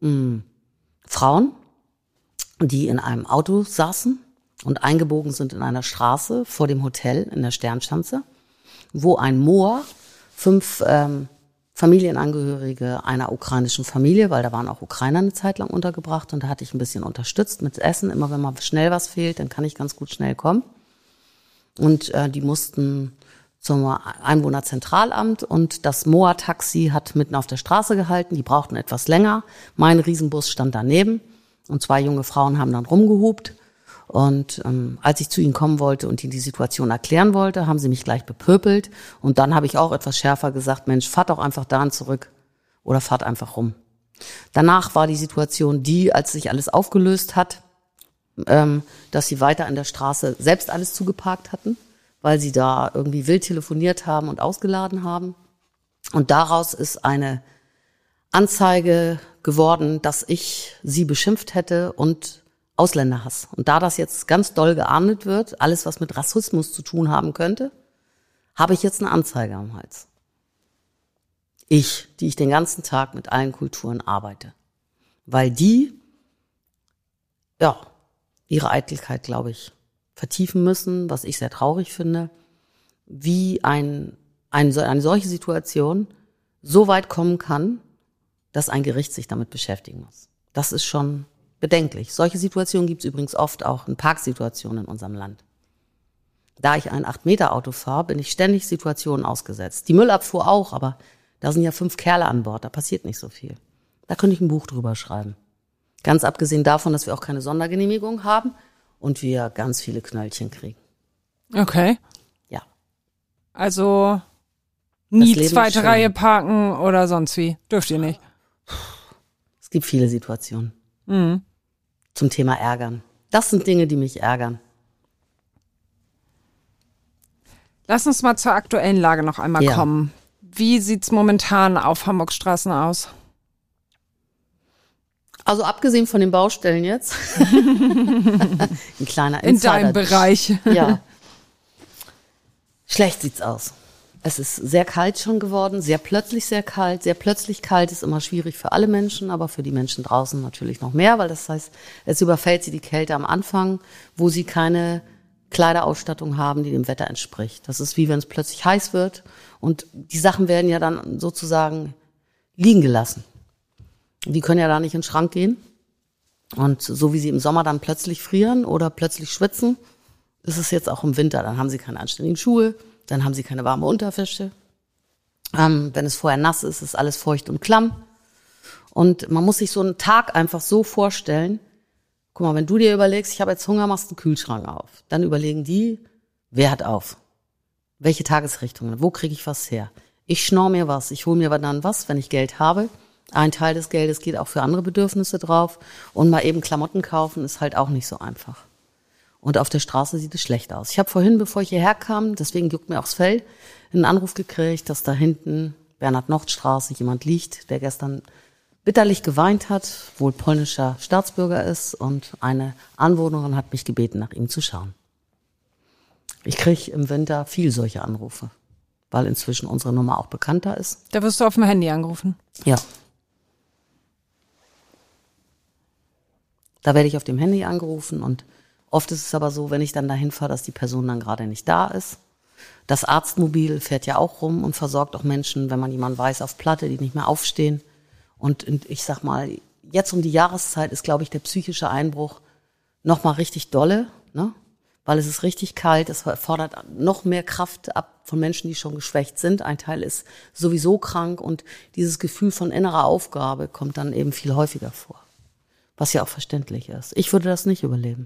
S1: Frauen, die in einem Auto saßen und eingebogen sind in einer Straße vor dem Hotel in der Sternschanze, wo ein Moor 5 Familienangehörige einer ukrainischen Familie, weil da waren auch Ukrainer eine Zeit lang untergebracht und da hatte ich ein bisschen unterstützt mit Essen. Immer wenn mal schnell was fehlt, dann kann ich ganz gut schnell kommen. Und die mussten zum Einwohnerzentralamt und das Moa-Taxi hat mitten auf der Straße gehalten. Die brauchten etwas länger. Mein Riesenbus stand daneben und 2 junge Frauen haben dann rumgehupt. Und als ich zu ihnen kommen wollte und ihnen die Situation erklären wollte, haben sie mich gleich bepöbelt. Und dann habe ich auch etwas schärfer gesagt, Mensch, fahrt doch einfach dahin zurück oder fahrt einfach rum. Danach war die Situation die, als sich alles aufgelöst hat, dass sie weiter an der Straße selbst alles zugeparkt hatten, weil sie da irgendwie wild telefoniert haben und ausgeladen haben. Und daraus ist eine Anzeige geworden, dass ich sie beschimpft hätte und Ausländerhass. Und da das jetzt ganz doll geahndet wird, alles, was mit Rassismus zu tun haben könnte, habe ich jetzt eine Anzeige am Hals. Die ich den ganzen Tag mit allen Kulturen arbeite. Weil die, ja, ihre Eitelkeit, glaube ich, vertiefen müssen, was ich sehr traurig finde, wie eine solche Situation so weit kommen kann, dass ein Gericht sich damit beschäftigen muss. Das ist schon bedenklich. Solche Situationen gibt es übrigens oft auch in Parksituationen in unserem Land. Da ich ein 8-Meter-Auto fahre, bin ich ständig Situationen ausgesetzt. Die Müllabfuhr auch, aber da sind ja 5 Kerle an Bord, da passiert nicht so viel. Da könnte ich ein Buch drüber schreiben. Ganz abgesehen davon, dass wir auch keine Sondergenehmigung haben und wir ganz viele Knöllchen kriegen.
S3: Okay.
S1: Ja.
S3: Also nie
S1: Das Leben ist
S3: zweite
S1: schön.
S3: Reihe parken oder sonst wie. Dürft ihr nicht.
S1: Es gibt viele Situationen. Zum Thema Ärgern. Das sind Dinge, die mich ärgern.
S3: Lass uns mal zur aktuellen Lage noch einmal
S1: Ja.
S3: kommen. Wie sieht's momentan auf Hamburgs Straßen aus?
S1: Also abgesehen von den Baustellen jetzt. Ein kleiner Insider.
S3: In deinem Bereich.
S1: Ja. Schlecht sieht's aus. Es ist sehr kalt schon geworden, sehr plötzlich sehr kalt. Sehr plötzlich kalt ist immer schwierig für alle Menschen, aber für die Menschen draußen natürlich noch mehr, weil das heißt, es überfällt sie die Kälte am Anfang, wo sie keine Kleiderausstattung haben, die dem Wetter entspricht. Das ist wie wenn es plötzlich heiß wird und die Sachen werden ja dann sozusagen liegen gelassen. Die können ja da nicht in den Schrank gehen. Und so wie sie im Sommer dann plötzlich frieren oder plötzlich schwitzen, ist es jetzt auch im Winter. Dann haben sie keine anständigen Schuhe, dann haben sie keine warme Unterwäsche. Wenn es vorher nass ist, ist alles feucht und klamm. Und man muss sich so einen Tag einfach so vorstellen, Guck mal, wenn du dir überlegst, ich habe jetzt Hunger, machst einen Kühlschrank auf. Dann überlegen die, wer hat auf? Welche Tagesrichtungen? Wo kriege ich was her? Ich schnorr mir was, ich hole mir aber dann was, wenn ich Geld habe. Ein Teil des Geldes geht auch für andere Bedürfnisse drauf. Und mal eben Klamotten kaufen ist halt auch nicht so einfach. Und auf der Straße sieht es schlecht aus. Ich habe vorhin, bevor ich hierher kam, deswegen juckt mir auch das Fell, einen Anruf gekriegt, dass da hinten Bernhard-Nocht-Straße jemand liegt, der gestern bitterlich geweint hat, wohl polnischer Staatsbürger ist. Und eine Anwohnerin hat mich gebeten, nach ihm zu schauen. Ich kriege im Winter viel solche Anrufe, weil inzwischen unsere Nummer auch bekannter ist.
S3: Da wirst du auf dem Handy angerufen?
S1: Ja. Da werde ich auf dem Handy angerufen und oft ist es aber so, wenn ich dann dahin fahre, dass die Person dann gerade nicht da ist. Das Arztmobil fährt ja auch rum und versorgt auch Menschen, wenn man jemanden weiß, auf Platte, die nicht mehr aufstehen. Und ich sag mal, jetzt um die Jahreszeit ist, glaube ich, der psychische Einbruch noch mal richtig dolle, ne? Weil es ist richtig kalt, es fordert noch mehr Kraft ab von Menschen, die schon geschwächt sind. Ein Teil ist sowieso krank und dieses Gefühl von innerer Aufgabe kommt dann eben viel häufiger vor. Was ja auch verständlich ist. Ich würde das nicht überleben.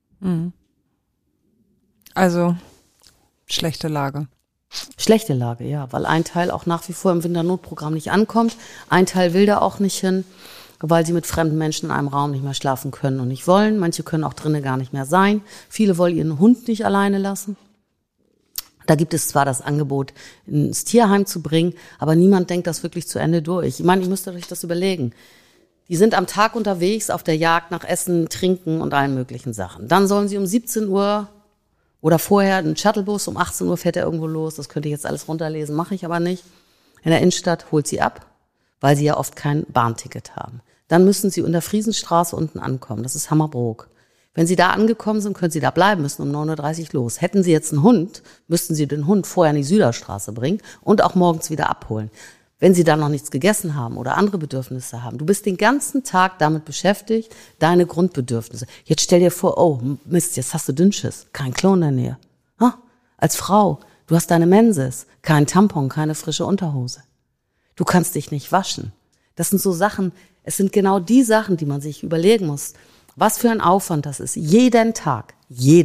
S3: Also, schlechte Lage.
S1: Schlechte Lage, ja, weil ein Teil auch nach wie vor im Winternotprogramm nicht ankommt. Ein Teil will da auch nicht hin, weil sie mit fremden Menschen in einem Raum nicht mehr schlafen können und nicht wollen. Manche können auch drinnen gar nicht mehr sein. Viele wollen ihren Hund nicht alleine lassen. Da gibt es zwar das Angebot, ins Tierheim zu bringen, aber niemand denkt das wirklich zu Ende durch. Ich meine, ich müsste euch das überlegen. Die sind am Tag unterwegs auf der Jagd nach Essen, Trinken und allen möglichen Sachen. Dann sollen sie um 17 Uhr oder vorher einen Shuttlebus, um 18 Uhr fährt er irgendwo los. Das könnte ich jetzt alles runterlesen, mache ich aber nicht. In der Innenstadt holt sie ab, weil sie ja oft kein Bahnticket haben. Dann müssen sie in der Friesenstraße unten ankommen. Das ist Hammerbrook. Wenn sie da angekommen sind, können sie da bleiben, müssen um 9.30 Uhr los. Hätten sie jetzt einen Hund, müssten sie den Hund vorher in die Süderstraße bringen und auch morgens wieder abholen. Wenn sie dann noch nichts gegessen haben oder andere Bedürfnisse haben. Du bist den ganzen Tag damit beschäftigt, deine Grundbedürfnisse. Jetzt stell dir vor, oh Mist, jetzt hast du Dünnschiss, kein Klo in der Nähe. Als Frau, du hast deine Menses, kein Tampon, keine frische Unterhose. Du kannst dich nicht waschen. Das sind so Sachen, es sind genau die Sachen, die man sich überlegen muss. Was für ein Aufwand das ist. Jeden Tag.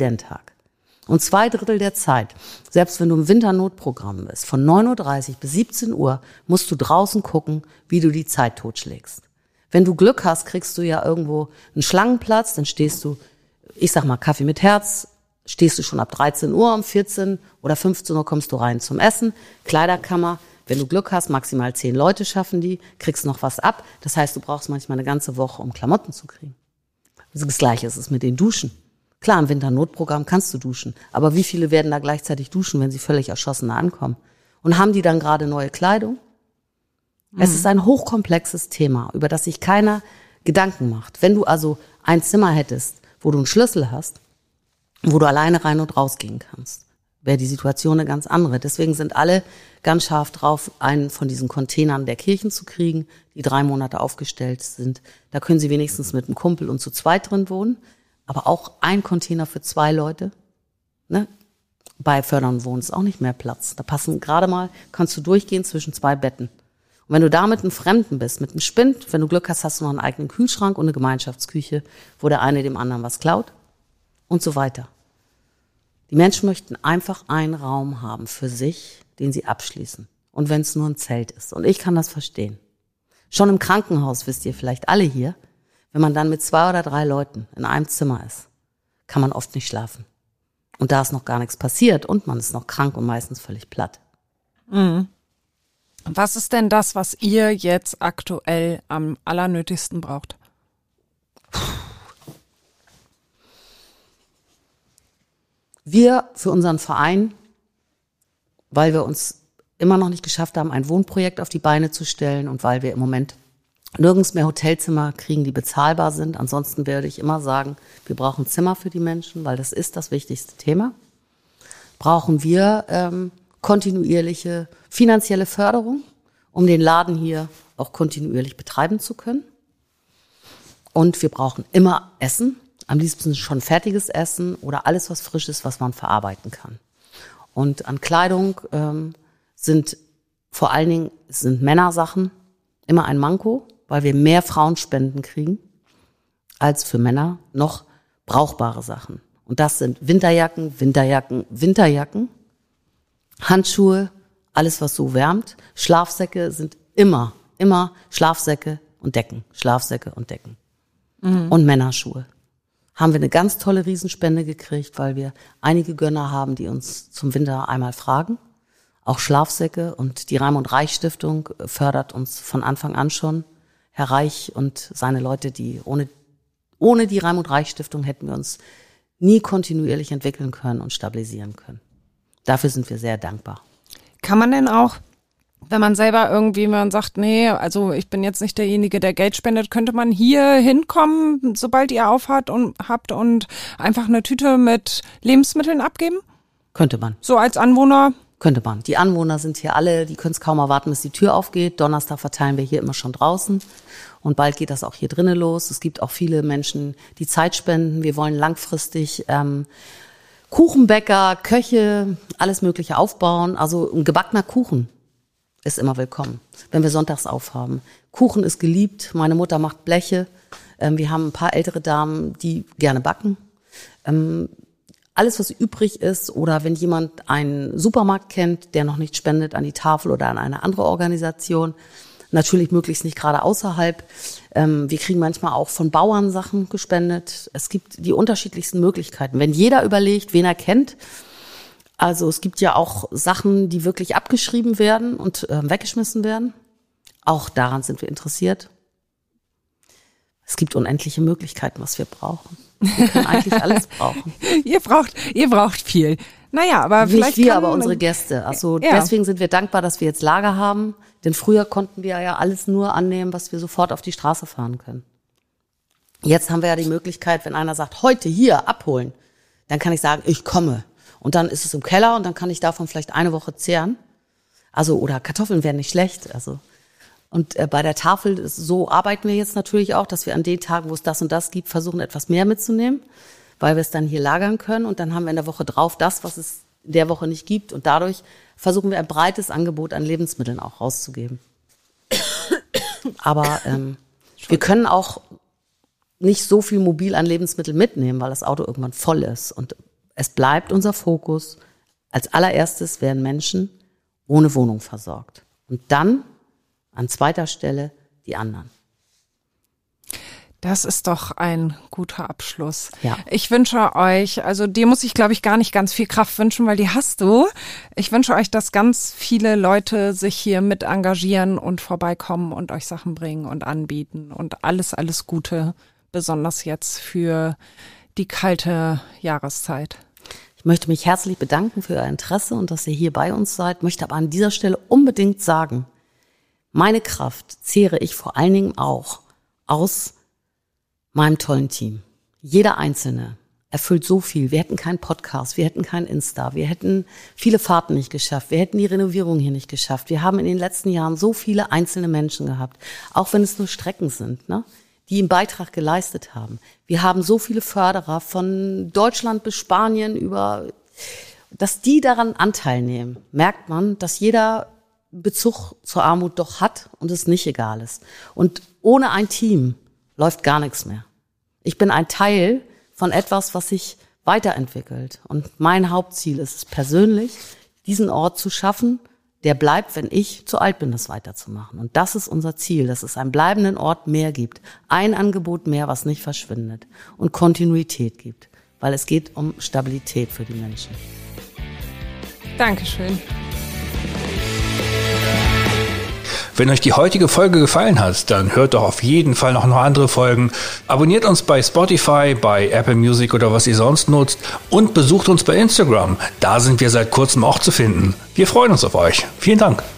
S1: Und 2/3 der Zeit, selbst wenn du im Winternotprogramm bist, von 9.30 Uhr bis 17 Uhr musst du draußen gucken, wie du die Zeit totschlägst. Wenn du Glück hast, kriegst du ja irgendwo einen Schlangenplatz, dann stehst du, ich sag mal Kaffee mit Herz, stehst du schon ab 13 Uhr, um 14 oder 15 Uhr kommst du rein zum Essen, Kleiderkammer, wenn du Glück hast, maximal 10 Leute schaffen die, kriegst noch was ab. Das heißt, du brauchst manchmal eine ganze Woche, um Klamotten zu kriegen. Das Gleiche ist es mit den Duschen. Klar, im Winternotprogramm kannst du duschen, aber wie viele werden da gleichzeitig duschen, wenn sie völlig erschossen ankommen? Und haben die dann gerade neue Kleidung? Es ist ein hochkomplexes Thema, über das sich keiner Gedanken macht. Wenn du also ein Zimmer hättest, wo du einen Schlüssel hast, wo du alleine rein und raus gehen kannst, wäre die Situation eine ganz andere. Deswegen sind alle ganz scharf drauf, einen von diesen Containern der Kirchen zu kriegen, die 3 Monate aufgestellt sind. Da können sie wenigstens mit einem Kumpel und zu zweit drin wohnen. Aber auch ein Container für 2 Leute, ne? Bei Fördern Wohnen ist auch nicht mehr Platz. Da passen gerade mal, kannst du durchgehen zwischen 2 Betten. Und wenn du da mit einem Fremden bist, mit einem Spind, wenn du Glück hast, hast du noch einen eigenen Kühlschrank und eine Gemeinschaftsküche, wo der eine dem anderen was klaut und so weiter. Die Menschen möchten einfach einen Raum haben für sich, den sie abschließen. Und wenn es nur ein Zelt ist. Und ich kann das verstehen. Schon im Krankenhaus, wisst ihr vielleicht alle hier, wenn man dann mit 2 oder 3 Leuten in einem Zimmer ist, kann man oft nicht schlafen. Und da ist noch gar nichts passiert und man ist noch krank und meistens völlig platt.
S3: Was ist denn das, was ihr jetzt aktuell am allernötigsten braucht?
S1: Wir für unseren Verein, weil wir uns immer noch nicht geschafft haben, ein Wohnprojekt auf die Beine zu stellen und weil wir im Moment nirgends mehr Hotelzimmer kriegen, die bezahlbar sind. Ansonsten werde ich immer sagen, wir brauchen Zimmer für die Menschen, weil das ist das wichtigste Thema. Brauchen wir kontinuierliche finanzielle Förderung, um den Laden hier auch kontinuierlich betreiben zu können. Und wir brauchen immer Essen, am liebsten schon fertiges Essen oder alles, was frisch ist, was man verarbeiten kann. Und an Kleidung sind vor allen Dingen Männersachen immer ein Manko, weil wir mehr Frauenspenden kriegen als für Männer noch brauchbare Sachen. Und das sind Winterjacken, Handschuhe, alles was so wärmt. Schlafsäcke sind immer Schlafsäcke und Decken. Und Männerschuhe. Haben wir eine ganz tolle Riesenspende gekriegt, weil wir einige Gönner haben, die uns zum Winter einmal fragen. Auch Schlafsäcke, und die Raimund Reich Stiftung fördert uns von Anfang an schon. Herr Reich und seine Leute, die ohne die Raimund Reich Stiftung hätten wir uns nie kontinuierlich entwickeln können und stabilisieren können. Dafür sind wir sehr dankbar.
S3: Kann man denn auch, wenn man selber irgendwie, man sagt, nee, also ich bin jetzt nicht derjenige, der Geld spendet, könnte man hier hinkommen, sobald ihr aufhabt und einfach eine Tüte mit Lebensmitteln abgeben?
S1: Könnte man.
S3: So als Anwohner?
S1: Könnte man. Die Anwohner sind hier alle, die können es kaum erwarten, bis die Tür aufgeht. Donnerstag verteilen wir hier immer schon draußen. Und bald geht das auch hier drinnen los. Es gibt auch viele Menschen, die Zeit spenden. Wir wollen langfristig Kuchenbäcker, Köche, alles Mögliche aufbauen. Also ein gebackener Kuchen ist immer willkommen, wenn wir sonntags aufhaben. Kuchen ist geliebt. Meine Mutter macht Bleche. Wir haben ein paar ältere Damen, die gerne backen. Alles, was übrig ist, oder wenn jemand einen Supermarkt kennt, der noch nicht spendet, an die Tafel oder an eine andere Organisation, natürlich möglichst nicht gerade außerhalb. Wir kriegen manchmal auch von Bauern Sachen gespendet. Es gibt die unterschiedlichsten Möglichkeiten. Wenn jeder überlegt, wen er kennt, also es gibt ja auch Sachen, die wirklich abgeschrieben werden und weggeschmissen werden. Auch daran sind wir interessiert. Es gibt unendliche Möglichkeiten, was wir brauchen. Wir können eigentlich alles brauchen.
S3: Ihr braucht viel. Naja, aber
S1: nicht
S3: vielleicht
S1: wir, aber unsere Gäste. Also deswegen sind wir dankbar, dass wir jetzt Lager haben. Denn früher konnten wir ja alles nur annehmen, was wir sofort auf die Straße fahren können. Jetzt haben wir ja die Möglichkeit, wenn einer sagt, heute hier abholen, dann kann ich sagen, ich komme. Und dann ist es im Keller und dann kann ich davon vielleicht eine Woche zehren. Also, oder Kartoffeln wären nicht schlecht. Also. Und bei der Tafel, so arbeiten wir jetzt natürlich auch, dass wir an den Tagen, wo es das und das gibt, versuchen, etwas mehr mitzunehmen, weil wir es dann hier lagern können. Und dann haben wir in der Woche drauf das, was es in der Woche nicht gibt. Und dadurch versuchen wir ein breites Angebot an Lebensmitteln auch rauszugeben. Aber wir können auch nicht so viel mobil an Lebensmitteln mitnehmen, weil das Auto irgendwann voll ist. Und es bleibt unser Fokus. Als allererstes werden Menschen ohne Wohnung versorgt. Und dann an zweiter Stelle die anderen.
S3: Das ist doch ein guter Abschluss.
S1: Ja.
S3: Ich wünsche euch, also dir muss ich, glaube ich, gar nicht ganz viel Kraft wünschen, weil die hast du. Ich wünsche euch, dass ganz viele Leute sich hier mit engagieren und vorbeikommen und euch Sachen bringen und anbieten und alles Gute, besonders jetzt für die kalte Jahreszeit.
S1: Ich möchte mich herzlich bedanken für euer Interesse und dass ihr hier bei uns seid, möchte aber an dieser Stelle unbedingt sagen, meine Kraft zehre ich vor allen Dingen auch aus meinem tollen Team. Jeder Einzelne erfüllt so viel. Wir hätten keinen Podcast, wir hätten kein Insta, wir hätten viele Fahrten nicht geschafft, wir hätten die Renovierung hier nicht geschafft. Wir haben in den letzten Jahren so viele einzelne Menschen gehabt, auch wenn es nur Strecken sind, ne, die einen Beitrag geleistet haben. Wir haben so viele Förderer von Deutschland bis Spanien über, dass die daran Anteil nehmen, merkt man, dass jeder Bezug zur Armut doch hat und es nicht egal ist. Und ohne ein Team läuft gar nichts mehr. Ich bin ein Teil von etwas, was sich weiterentwickelt. Und mein Hauptziel ist es persönlich, diesen Ort zu schaffen, der bleibt, wenn ich zu alt bin, das weiterzumachen. Und das ist unser Ziel, dass es einen bleibenden Ort mehr gibt. Ein Angebot mehr, was nicht verschwindet. Und Kontinuität gibt. Weil es geht um Stabilität für die Menschen.
S3: Dankeschön.
S2: Wenn euch die heutige Folge gefallen hat, dann hört doch auf jeden Fall noch andere Folgen. Abonniert uns bei Spotify, bei Apple Music oder was ihr sonst nutzt und besucht uns bei Instagram. Da sind wir seit kurzem auch zu finden. Wir freuen uns auf euch. Vielen Dank.